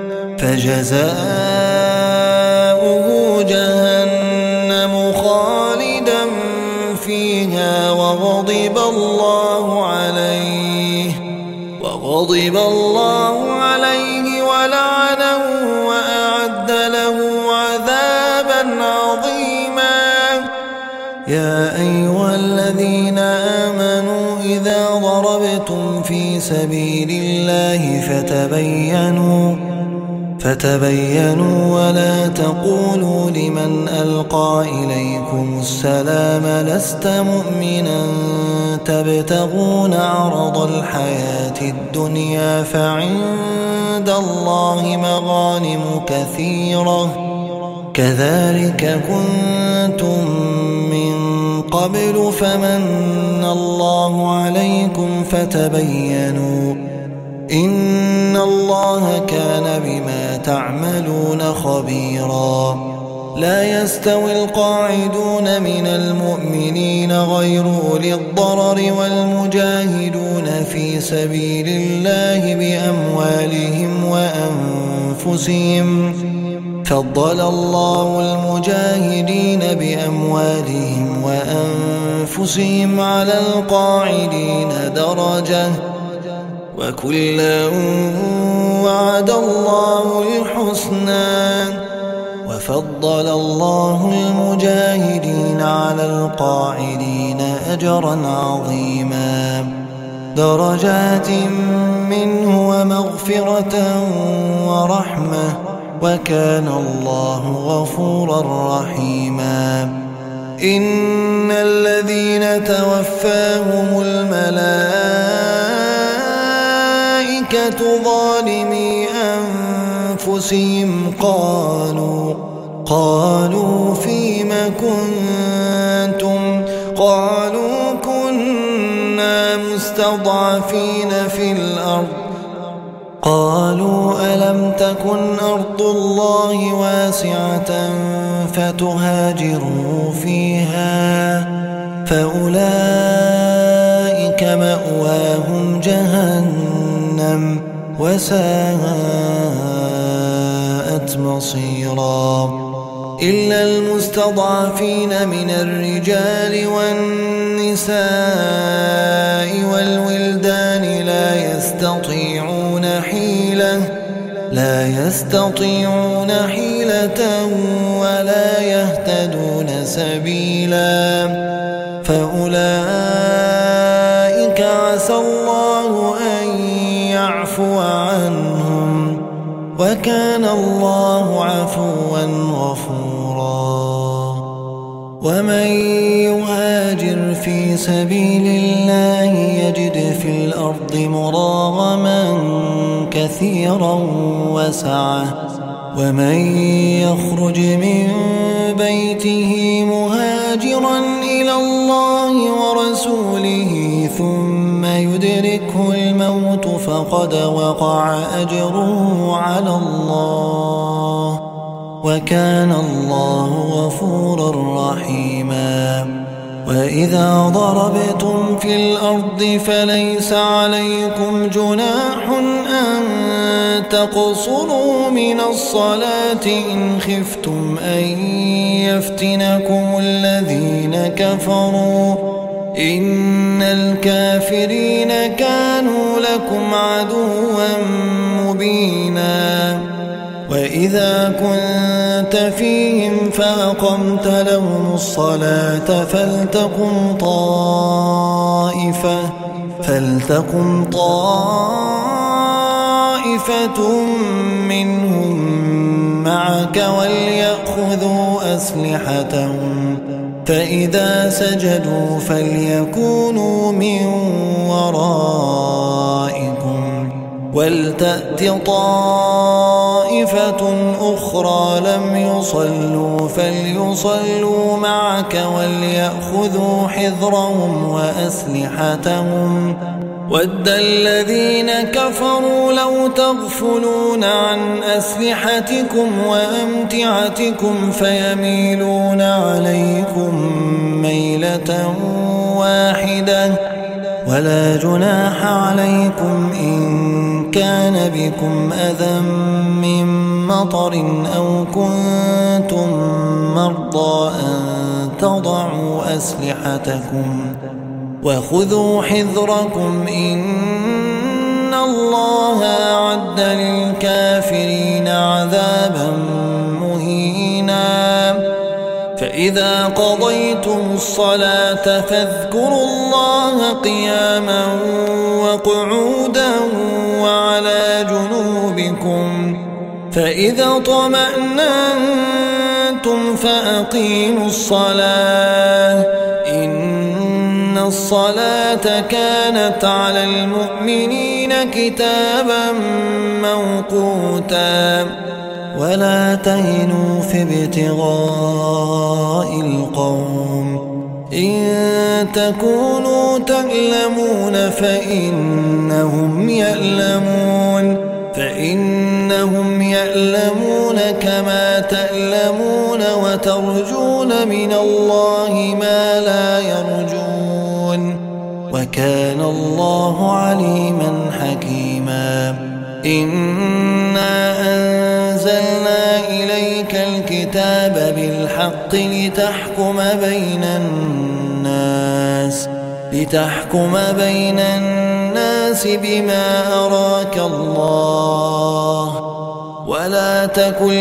فجزاؤه جهنم خالدا فيها وغضب الله عليه وغضب الله عليه ولعنه وأعد له عذابا عظيما يا أيها الذين آمنوا إذا ضربتم في سبيل الله فتبينوا فتبينوا ولا تقولوا لمن ألقى إليكم السلام لست مؤمنا تبتغون عرض الحياة الدنيا فعند الله مغانم كثيرة كذلك كنتم من قبل فمن الله عليكم فتبينوا إن الله كان بما تعملون خبيرا لا يستوي القاعدون من المؤمنين غير أولي الضرر والمجاهدون في سبيل الله بأموالهم وأنفسهم فضل الله المجاهدين بأموالهم وأنفسهم على القاعدين درجة وكلا وعد الله الحسنى وفضل الله المجاهدين على القاعدين أجرا عظيما درجات منه ومغفرة ورحمة وكان الله غفورا رحيما إن الذين توفاهم الملائكة ظالمي أنفسهم قالوا قالوا فيم كنتم قالوا كنا مستضعفين في الأرض قالوا ألم تكن أرض الله واسعة فتهاجروا فيها فأولئك مأواهم جهنم وساءت مصيرا إلا المستضعفين من الرجال والنساء والولدان لا يستطيعون حيلة لا يستطيعون حيلة ولا يهتدون سبيلا فأولئك عسى الله أن يعفو عنهم، وكان الله عفوا غفورا. ومن يهاجر في سبيل الله يجد في الأرض مراغما كثيرا وسعة، ومن يخرج من بيته مهاجرا إلى الله ورسوله ثم يدركه الموت فقد وقع أجره على الله، وكان الله غفورا رحيما. وإذا ضربتم في الأرض فليس عليكم جناح أن تقصروا من الصلاة إن خفتم أن يفتنكم الذين كفروا، إن الكافرين كانوا لكم عدوا مبينا. وإذا كنت فيهم فأقمت لهم الصلاة فلتقم طائفة فلتقم طائفة منهم معك وليأخذوا أسلحتهم، فإذا سجدوا فليكونوا من ورائكم ولتأت طائفة أخرى لم يصلوا فليصلوا معك وليأخذوا حذرهم وأسلحتهم. ود الذين كفروا لو تغفلون عن أسلحتكم وأمتعتكم فيميلون عليكم ميلة واحدة، ولا جناح عليكم إن كان بكم أذى من مطر أو كنتم مرضى أن تضعوا أسلحتكم وخذوا حذركم إن الله أعد للكافرين عذابا مهينا. فإذا قضيتم الصلاة فاذكروا الله قياما وقعودا وعلى جنوبكم، فإذا اطمأننتم فأقيموا الصلاة إن الصلاة كانت على المؤمنين كتابا موقوتا. ولا تهنوا في ابتغاء القوم إن تكونوا تألمون فإنهم يألمون فإنهم يألمون كما تألمون وترجون من الله ما لا يرجون، وكان الله عليما حكيما. إنا أنزلنا إليك الكتاب بالحق لتحكم بين الناس لتحكم بين الناس بما أراك الله، ولا تكن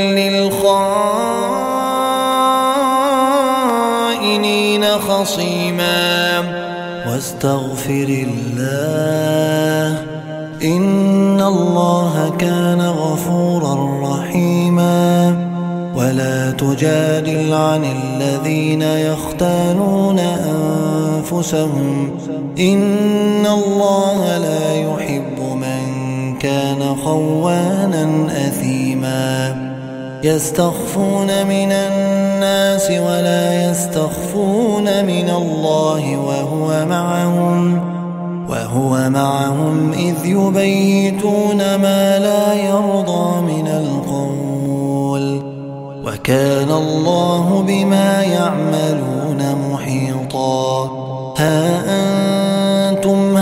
للخائنين خصيما، واستغفر الله إن الله كان غفورا رحيما. ولا تجادل عن الذين يختانون أنفسهم إن الله لا يحب من كان خوانا أثيما. يستخفون من الناس ولا يستخفون من الله وهو معهم وهو معهم إذ يبيتون ما لا يرضى من القول، وكان الله بما يعملون محيطا. ها أنتم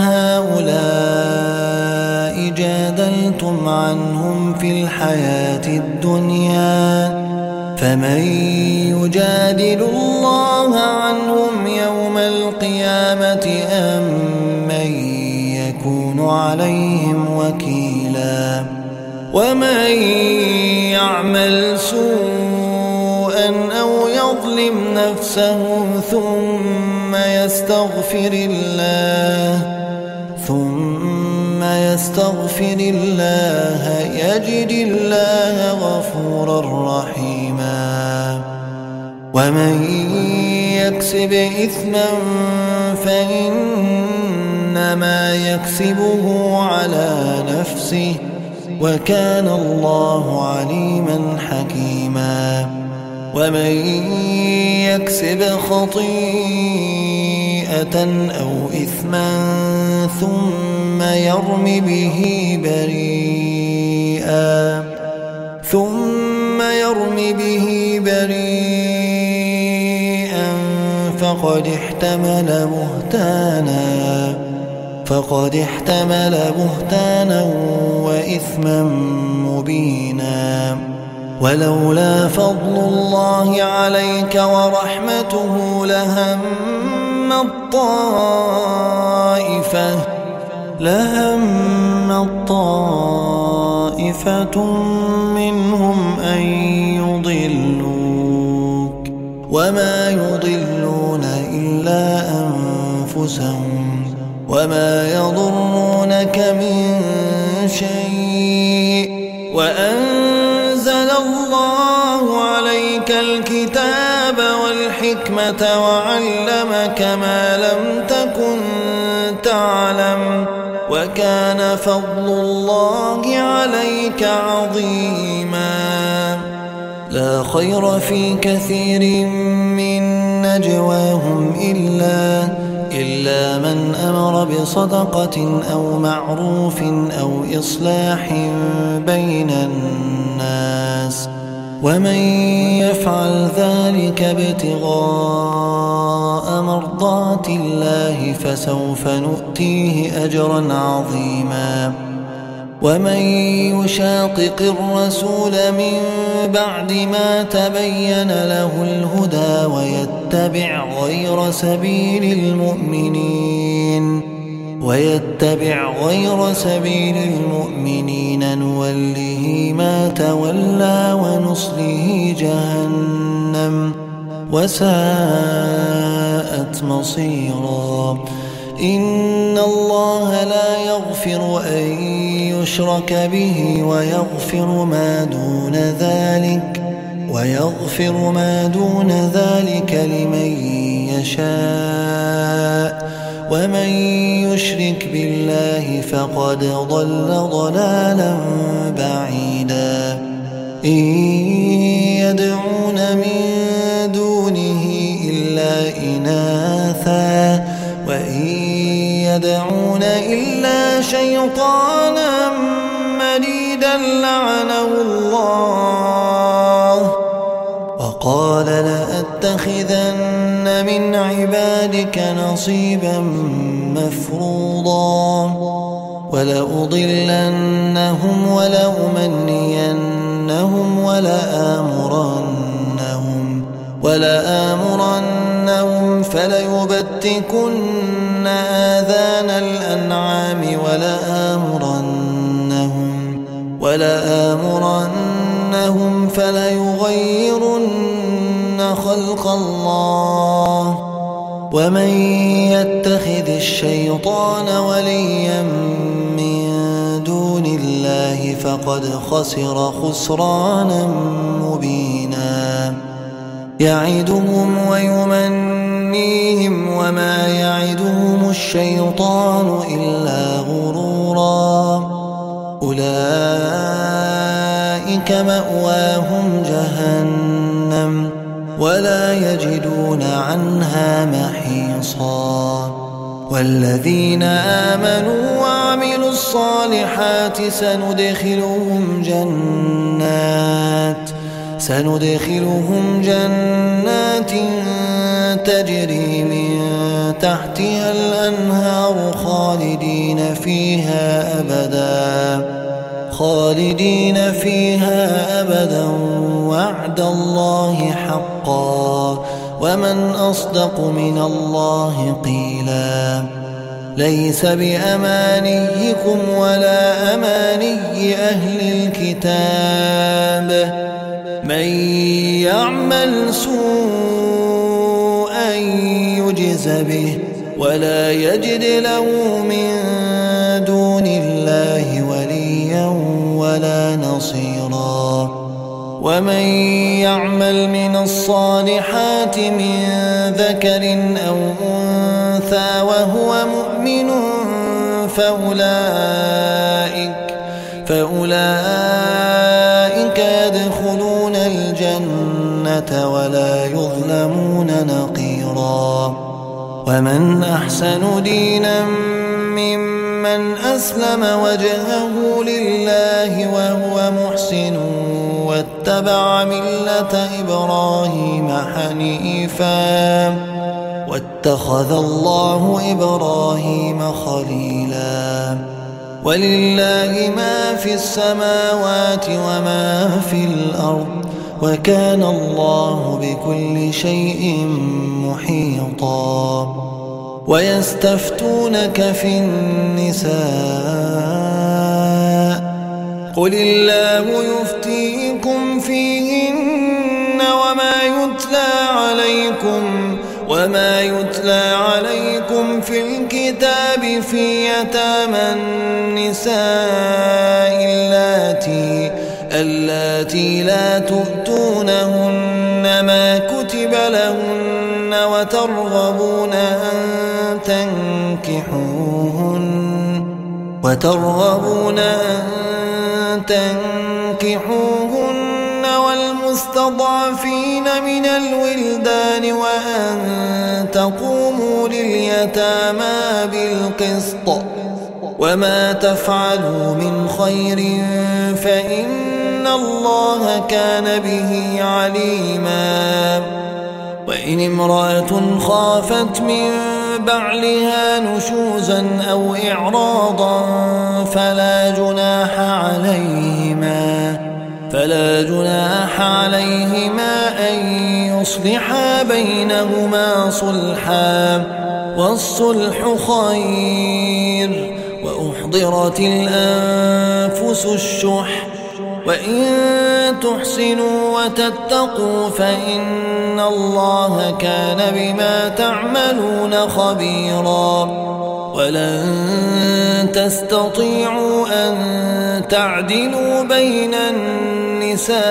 هؤلاء جادلتم عنهم في الحياة الدنيا، فمن يجادل الله عنهم يوم القيامة أم من يكون عليهم وكيلا. ومن يعمل سوءا أو يظلم نفسه ثم يستغفر الله ثم يستغفر الله يجد الله غفورا رحيما ومن يكسب إثما فإنما يكسبه على نفسه وكان الله عليما حكيما ومن يكسب خطيئة أو إثما ثم يرم به بريئا ثم يرم به بريئا فقد احتمل بهتانا فقد احتمل بهتانا وإثما مبينا ولولا فضل الله عليك ورحمته لهم الطائفة لهم الطائفة منهم أن يضلوك وما يضلون إلا أنفسهم وما يضرونك من شيء وأنزل الله عليك الكتاب والحكمة وعلمك ما لم تكن تعلم وكان فضل الله عليك عظيما لا خير في كثير من نجواهم إلا إلا من أمر بصدقة أو معروف أو إصلاح بين الناس ومن يفعل ذلك ابتغاء مرضات الله فسوف نؤتيه أجرا عظيما ومن يشاقق الرسول من بعد ما تبين له الهدى ويتبع غير سبيل المؤمنين ويتبع غير سبيل المؤمنين نوله ما تولى ونصله جهنم وساءت مصيرا إن الله لا يغفر أن يشرك به ويغفر ما دون ذلك ويغفر ما دون ذلك لمن يشاء ومن يشرك بالله فقد ضل ضلالا بعيدا إن يدعون من دونه إلا إناثا وإن يدعون إلا شيطانا مريدا لعنه الله وقال لأتخذن من عبادك نصيبا مفروضا ولأضلنهم ولأمنينهم ولآمرنهم ولآمرنهم فليبتكن آذان الأنعام ولآمرنهم ولآمرنهم فليغيرن خلق الله ومن يتخذ الشيطان وليا من دون الله فقد خسر خسرانا مبينا يعدهم ويمنيهم وما يعدهم الشيطان إلا غرورا أولئك مأواهم جهنم ولا يجدون عنها محيصا والذين آمنوا وعملوا الصالحات سندخلهم جنات سندخلهم جنات تجري من تحتها الأنهار خالدين فيها أبدا خالدين فيها أبدا وعد الله حقا ومن أصدق من الله قيلا ليس بأمانيكم ولا أماني أهل الكتاب من يعمل سوءا يجز ليميز به ولا يجد له من دون الله وليا ولا نصيرا. ومن يعمل من الصالحات من ذكر أو أنثى وهو مؤمن فأولئك, فأولئك يدخلون الجنة ولا يظلمون نقيرا. ومن أحسن دينا ممن أسلم وجهه لله وهو محسن واتبع ملة إبراهيم حنيفا واتخذ الله إبراهيم خليلا. ولله ما في السماوات وما في الأرض وكان الله بكل شيء محيطا. ويستفتونك في النساء قل الله يفتيكم فيهن وما يتلى عليكم وما يتلى عليكم في الكتاب في يتامى النساء اللاتي اللاتي لا تؤتونهن ما كتب لهن وترغبون أن تنكحوهن وترغبون أن تنكحوهن والمستضعفين من الولدان وأن تقوموا لليتامى بالقسط وما تفعلوا من خير فإن الله كان به عليما. وإن امرأة خافت من بعلها نشوزا أو إعراضا فلا جناح عليهما فلا جناح عليهما أن يصلحا بينهما صلحا والصلح خير. وأحضرت الأنفس الشح وإن تحسنوا وتتقوا فإن الله كان بما تعملون خبيرا. ولن تستطيعوا أن تعدلوا بين النساء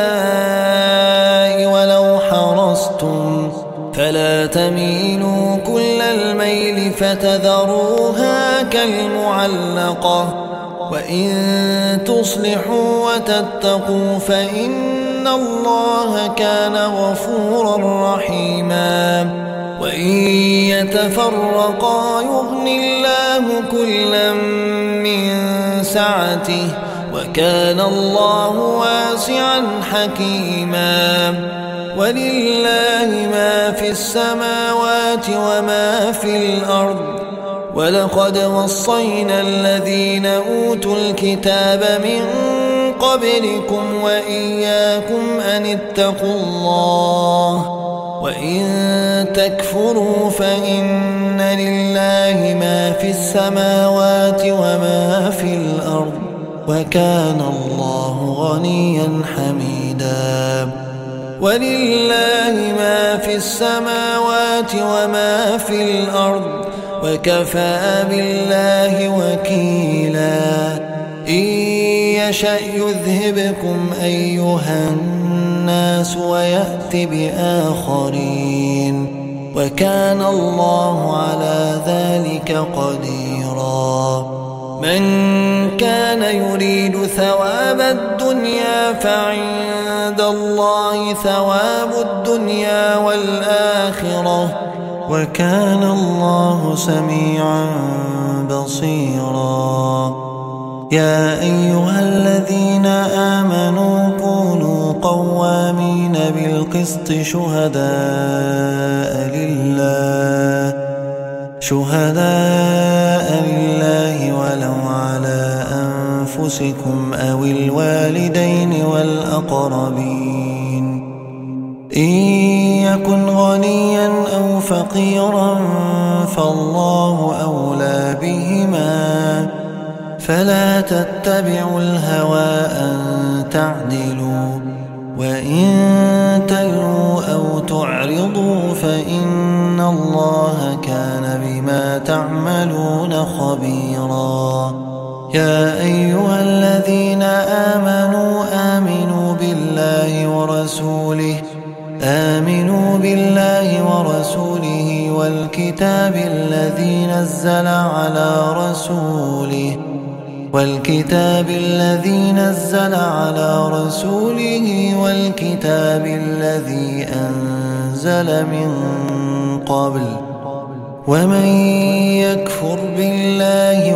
ولو حرصتم فلا تميلوا كل الميل فتذروها كالمعلقة. وإن تصلحوا وتتقوا فإن الله كان غفورا رحيما. وإن يتفرقا يغن الله كلا من سعته وكان الله واسعا حكيما. ولله ما في السماوات وما في الأرض ولقد وصينا الذين أوتوا الكتاب من قبلكم وإياكم أن اتقوا الله وإن تكفروا فإن لله ما في السماوات وما في الأرض وكان الله غنيا حميدا. ولله ما في السماوات وما في الأرض وكفى بالله وكيلا. إن يشأ يذهبكم أيها الناس ويأت بآخرين وكان الله على ذلك قديرا. من كان يريد ثواب الدنيا فعند الله ثواب الدنيا والآخرة وكان الله سميعا بصيرا. يا أيها الذين آمنوا كونوا قوامين بالقسط شهداء لله شهداء لله ولو على أنفسكم أو الوالدين والأقربين. إن يكن غنيا أو فقيرا فالله أولى بهما فلا تتبعوا الهوى أن تعدلوا وإن تلووا أو تعرضوا فإن الله كان بما تعملون خبيرا. يا أيها الذين آمنوا آمنوا بالله ورسوله آمنوا بالله ورسوله والكتاب الذي نزل على رسوله والكتاب الذي نزل على رسوله والكتاب الذي أنزل من قبل ومن يكفر بالله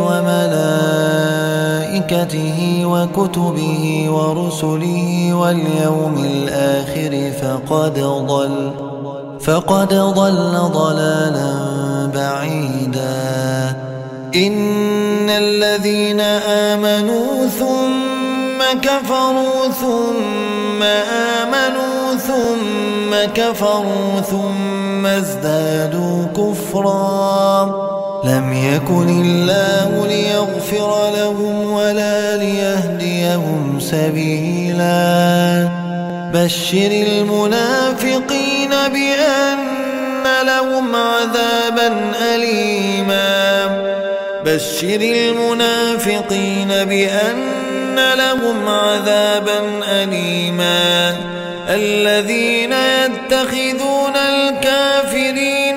وملائكته وكتبه ورسله واليوم الآخر فقد ضل فقد ضل ضلالا بعيدا. إن الذين آمنوا ثم كفروا ثم آمنوا ثم كفروا ثم ازدادوا كفرا لم يكن الله ليغفر لهم ولا ليهديهم سبيلا. بشر المنافقين بأن لهم عذابا أليما بشر المنافقين بأن لهم عذابا أليما. الذين يتخذون الكافرين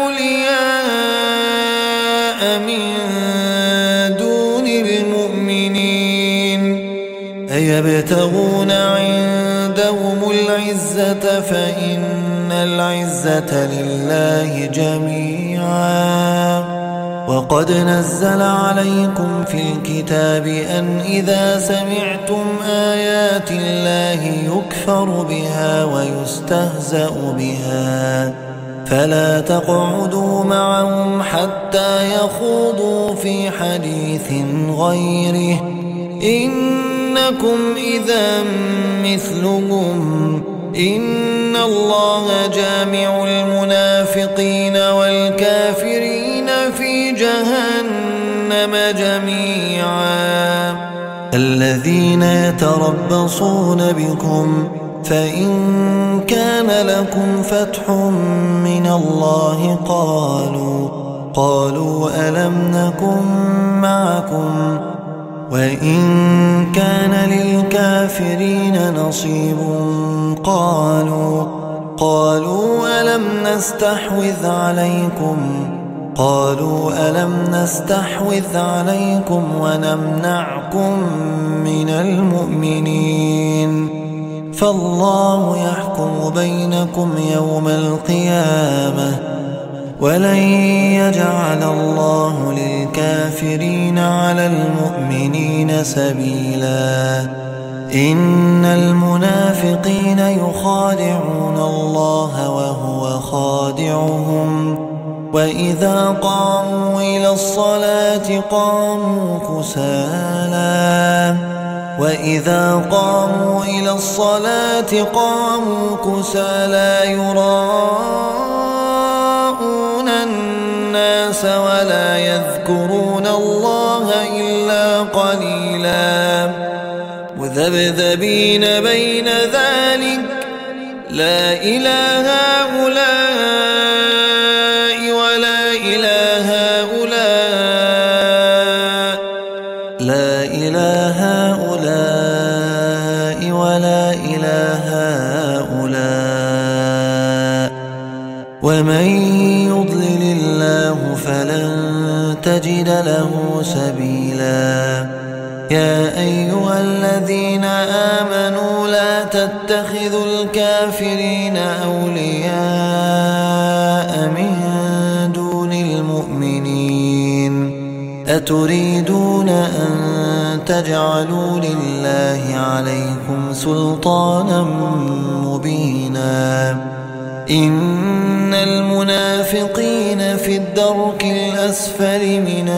أولياء من دون المؤمنين أيبتغون عندهم العزة فإن العزة لله جميعا. وقد نزل عليكم في الكتاب أن إذا سمعتم آيات الله يكفر بها ويستهزأ بها فلا تقعدوا معهم حتى يخوضوا في حديث غيره إنكم إذا مثلهم إن الله جامع المنافقين والكافرين في جهنم جميعا. الذين يتربصون بكم فإن كان لكم فتح من الله قالوا قالوا ألم نكن معكم وإن كان للكافرين نصيب قالوا قالوا ألم نستحوذ عليكم قالوا ألم نستحوذ عليكم ونمنعكم من المؤمنين فالله يحكم بينكم يوم القيامة ولن يجعل الله للكافرين على المؤمنين سبيلا. إن المنافقين يخادعون الله وهو خادعهم وإذا قاموا إلى الصلاة قاموا كسالى وإذا قاموا إلى الصلاة قاموا كسالى يراءون الناس ولا يذكرون الله إلا قليلا مذبذبين بين ذلك لا إله هؤلاء ولا إله هؤلاء لا إله هؤلاء ولا إله هؤلاء ومن يضلل الله فلن تجد له سبيلا. يا أيها الذين آمنوا لا تتخذوا الكافرين أولياء من دون المؤمنين أتريدون أن تجعلوا لله عليكم سلطانا مبينا. إن المنافقين في الدرك الأسفل من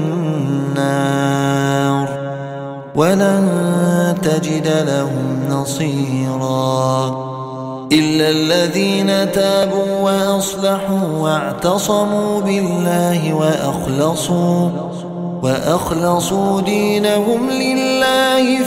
النار ولن تجد لهم نصيرا إلا الذين تابوا وأصلحوا واعتصموا بالله وأخلصوا وأخلصوا دينهم لله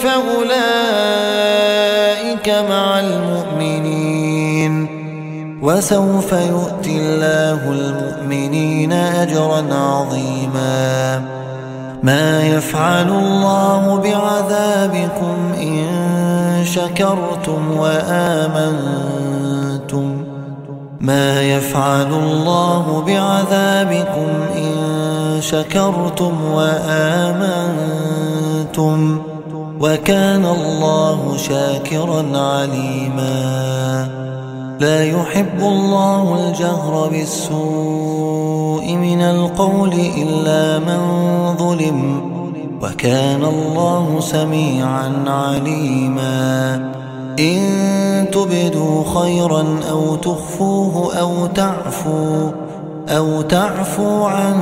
فأولئك مع المؤمنين، وسوف يؤتي الله المؤمنين أجرا عظيما. ما يفعل الله بعذابكم إن شكرتم وآمنتم ما يفعل الله بعذابكم إن شكرتم وآمنتم وكان الله شاكرا عليما. لا يحب الله الجهر بالسوء من القول إلا من ظلم وكان الله سميعا عليما. إن تبدوا خيرا أو تخفوه أو تعفوا أو تعفوا عن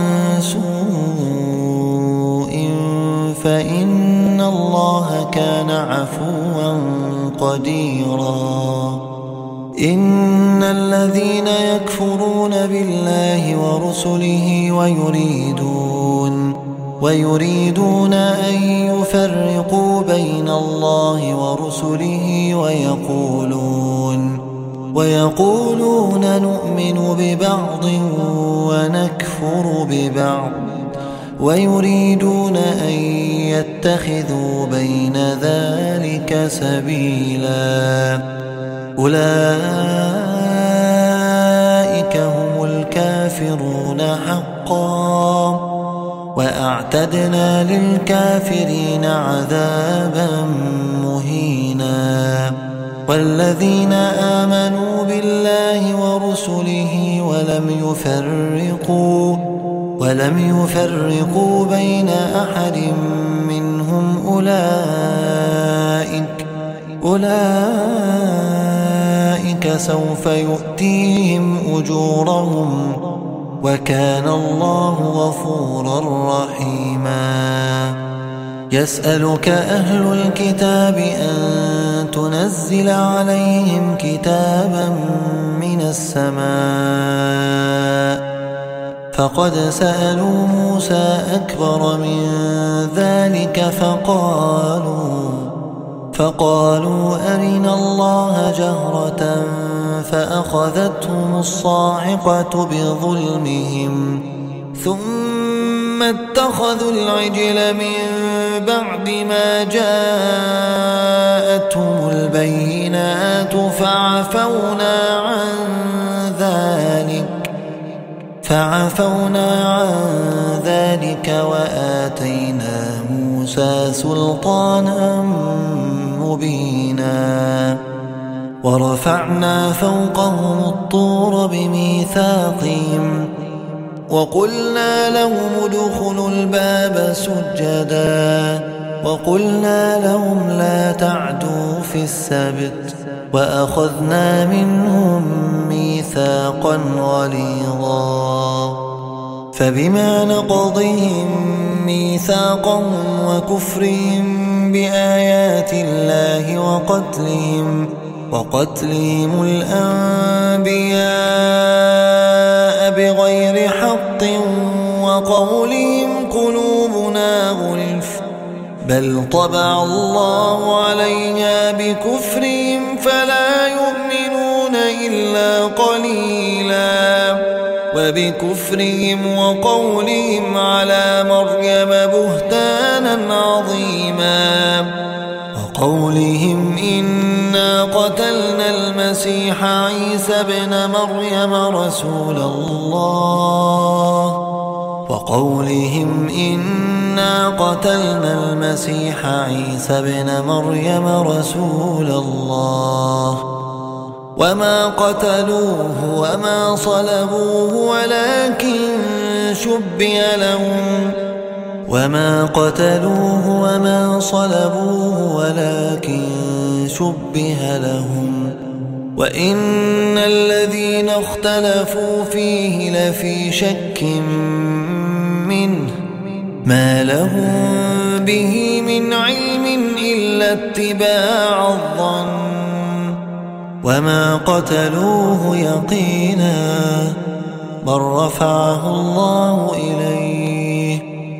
سوء فإن الله كان عفوا قديرا. إن الذين يكفرون بالله ورسله ويريدون ويريدون أن يفرقوا بين الله ورسله ويقولون ويقولون نؤمن ببعض ونكفر ببعض ويريدون أن يتخذوا بين ذلك سبيلا. أولئك هم الكافرون حقا وأعتدنا للكافرين عذابا مهينا. والذين آمنوا بالله ورسله ولم يفرقوا ولم يفرقوا بين أحد منهم أولئك أولئك سوف يؤتيهم أجورهم وكان الله غفورا رحيما. يسألك أهل الكتاب أن تنزل عليهم كتابا من السماء فقد سألوا موسى أكبر من ذلك فقالوا فقالوا أرنا الله جهرة فأخذتهم الصاعقة بظلمهم ثم اتخذوا العجل من بعد ما جاءتهم البينات فعفونا عن ذلك فعفونا عن ذلك وآتينا موسى سلطانا مبينا. ورفعنا فوقهم الطور بميثاقهم وقلنا لهم ادخلوا الباب سجدا وقلنا لهم لا تعدوا في السبت وأخذنا منهم ميثاقا غليظا. فبما نقضهم ميثاقهم وكفرهم بآيات الله وقتلهم وقتلهم الأنبياء بغير حق وقولهم قلوبنا غلف بل طبع الله عليها بكفرهم فلا يؤمنون إلا قليلا. وبكفرهم وقولهم على مريم بهتانا عظيما وقولهم إنا قتلنا المسيح عيسى ابن مريم رسول الله وقولهم إنا قتلنا المسيح عيسى ابن مريم رسول الله وما قتلوه وما صلبوه ولكن شبه لهم وما قتلوه وما صلبوه ولكن شبه لهم وإن الذين اختلفوا فيه لفي شك منه ما لهم به من علم إلا اتباع الظن وما قتلوه يقينا بل رفعه الله إليه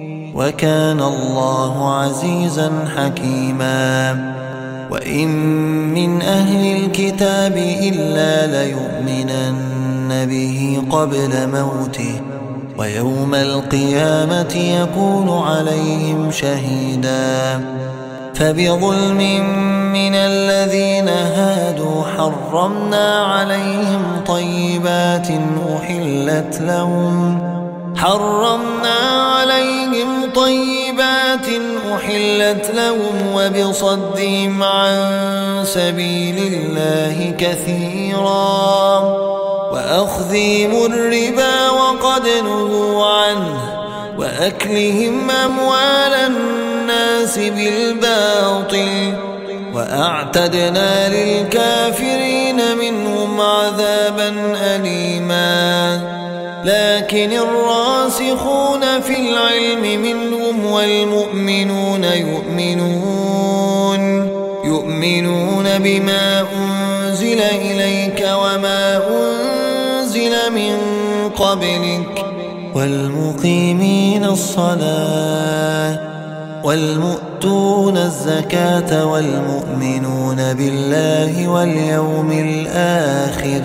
وكان الله عزيزا حكيما. وإن من أهل الكتاب إلا ليؤمنن به قبل موته ويوم القيامة يكون عليهم شهيدا. فبظلم من الذين هادوا حرمنا عليهم طيبات أحلت لهم حرمنا عليهم طيبات أحلت لهم وبصدهم عن سبيل الله كثيرا وأخذهم الربا وقد نهوا عنه وأكلهم أموال الناس بالباطل وأعتدنا للكافرين منهم عذابا أليما. لكن الراسخون في العلم منهم والمؤمنون يؤمنون يؤمنون بما أنزل إليك وما أنزل من قبلك والمقيمين الصلاة والمؤتون الزكاة والمؤمنون بالله واليوم الآخر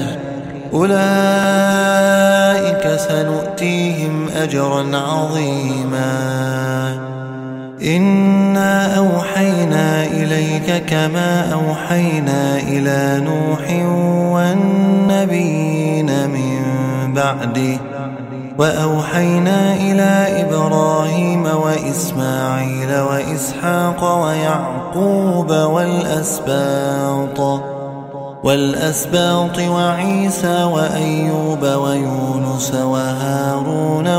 أولئك سنؤتيهم أجرا عظيما. إنا أوحينا إليك كما أوحينا إلى نوح والنبيين من بعده وأوحينا إلى إبراهيم وإسماعيل وإسحاق ويعقوب والأسباط والأسباط وعيسى وأيوب ويونس وهارون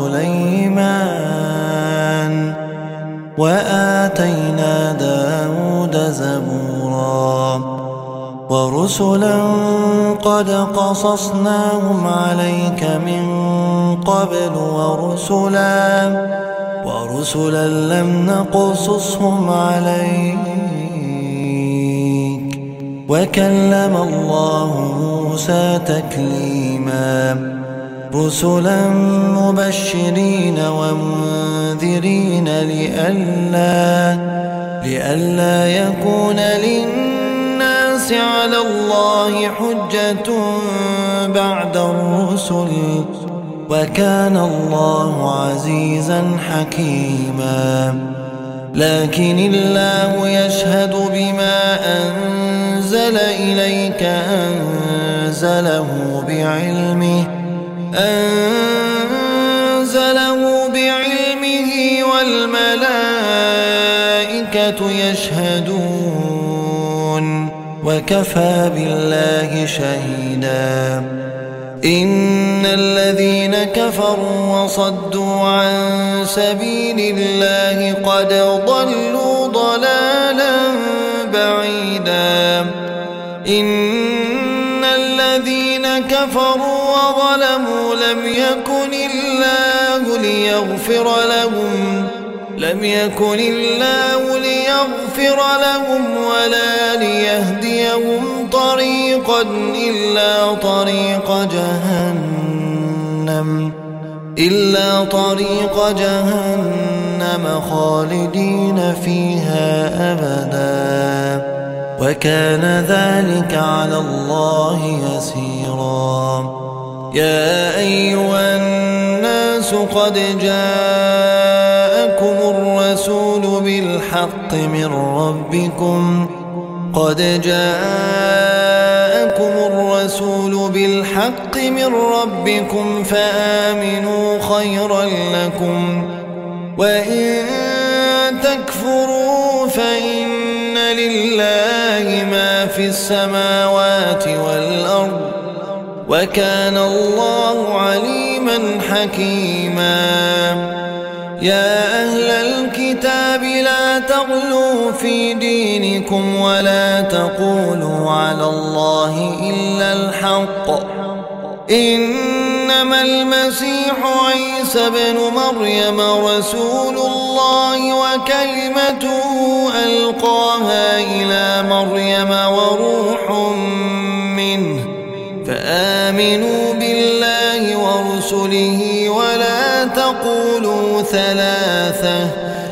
وسليمان وآتينا داود زبورا. ورسلا قد قصصناهم عليك من قبل ورسلا ورسلا لم نقصصهم عليك وكلم الله موسى تكليما. رسلا مبشرين ومنذرين لئلا لئلا يكون للناس على الله حجة بعد الرسل وكان الله عزيزا حكيما. لكن الله يشهد بما أنزل إليك أنزله بعلمه أنزله بعلمه والملائكة يشهدون وكفى بالله شهيدا. إن الذين كفروا وصدوا عن سبيل الله قد ضلوا ضلالا بعيدا. إن الذين كفروا وظلموا لم يكن الله ليغفر لهم لم يكن الله ليغفر لهم ولا ليهديهم طريقا إلا طريق جهنم إلا طريق جهنم خالدين فيها أبدا وكان ذلك على الله يسيرا. يا أيها الناس قد جاءكم الرسول بالحق من ربكم قد جاءكم الرسول بالحق من ربكم فآمنوا خيرا لكم وإن تكفروا فإن لله ما في السماوات والأرض وكان الله عليما حكيما. يا أهل الكتاب لا تغلوا في دينكم ولا تقولوا على الله إلا الحق إنما المسيح عيسى بن مريم رسول الله وكلمته ألقاها إلى مريم وروح منه فآمنوا بالله ورسله ولا تقولوا ثلاثة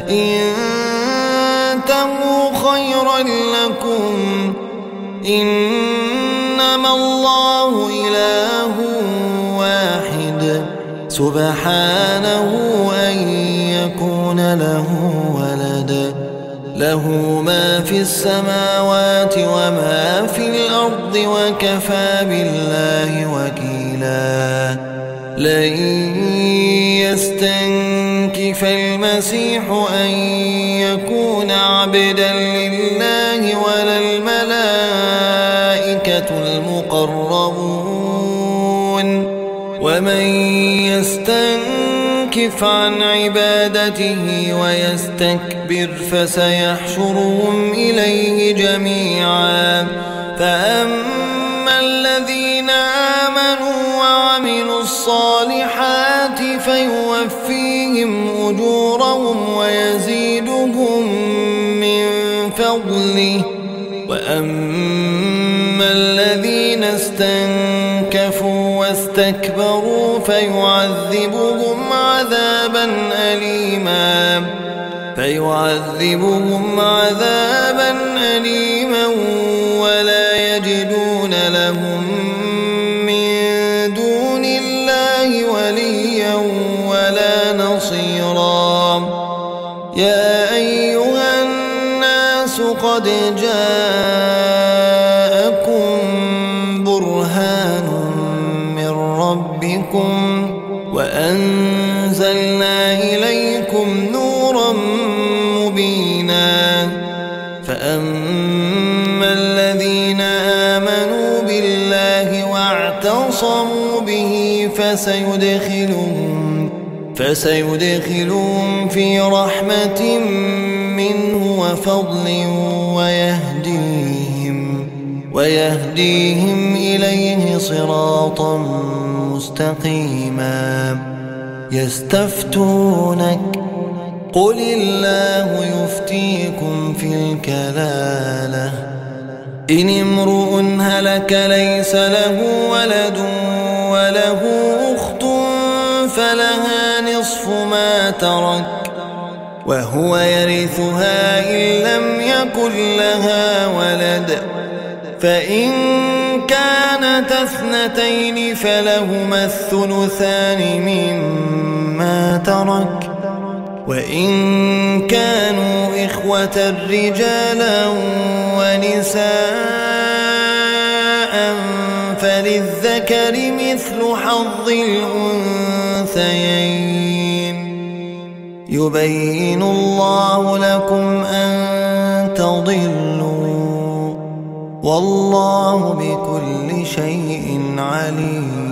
انتهوا خيرا لكم إنما الله إله واحد سبحانه أن يكون له ولد له ما في السماوات وما في الأرض وكفى بالله وكيلا لن يستنكف المسيح أن يكون عبدا لله ولا الملائكة المقربون ومن يستنكف عن عبادته ويستكبر فسيحشرهم إليه جميعا فأما الذين آمنوا وعملوا الصالحات فيوفيهم أجورهم ويزيدهم من فضله وأما الذين استنكفوا واستكبروا فيعذبهم عذابا أليما فيعذبهم عذابا أليما ولا يجدون لهم من دون الله وليا ولا نصيرا يا أيها الناس قد جاءكم برهان من ربكم وأنزلنا إليكم نورا مبينا فأما الذين آمنوا بالله واعتصموا به فسيدخلهم فسيدخلهم في رحمة منه وفضل ويهديهم ويهديهم إليه صراطا مستقيما يستفتونك قل الله يفتيكم في الكلالة إن امرؤ هلك ليس له ولد وله أخت فلها نصف ما ترك وهو يرثها إن لم يكن لها ولد فإن كانت اثنتين فلهما الثلثان مما ترك وإن كانوا إخوة رجالا ونساء فللذكر مثل حظ الأنثيين يبين الله لكم أن تضلوا والله بكل شيء عليم.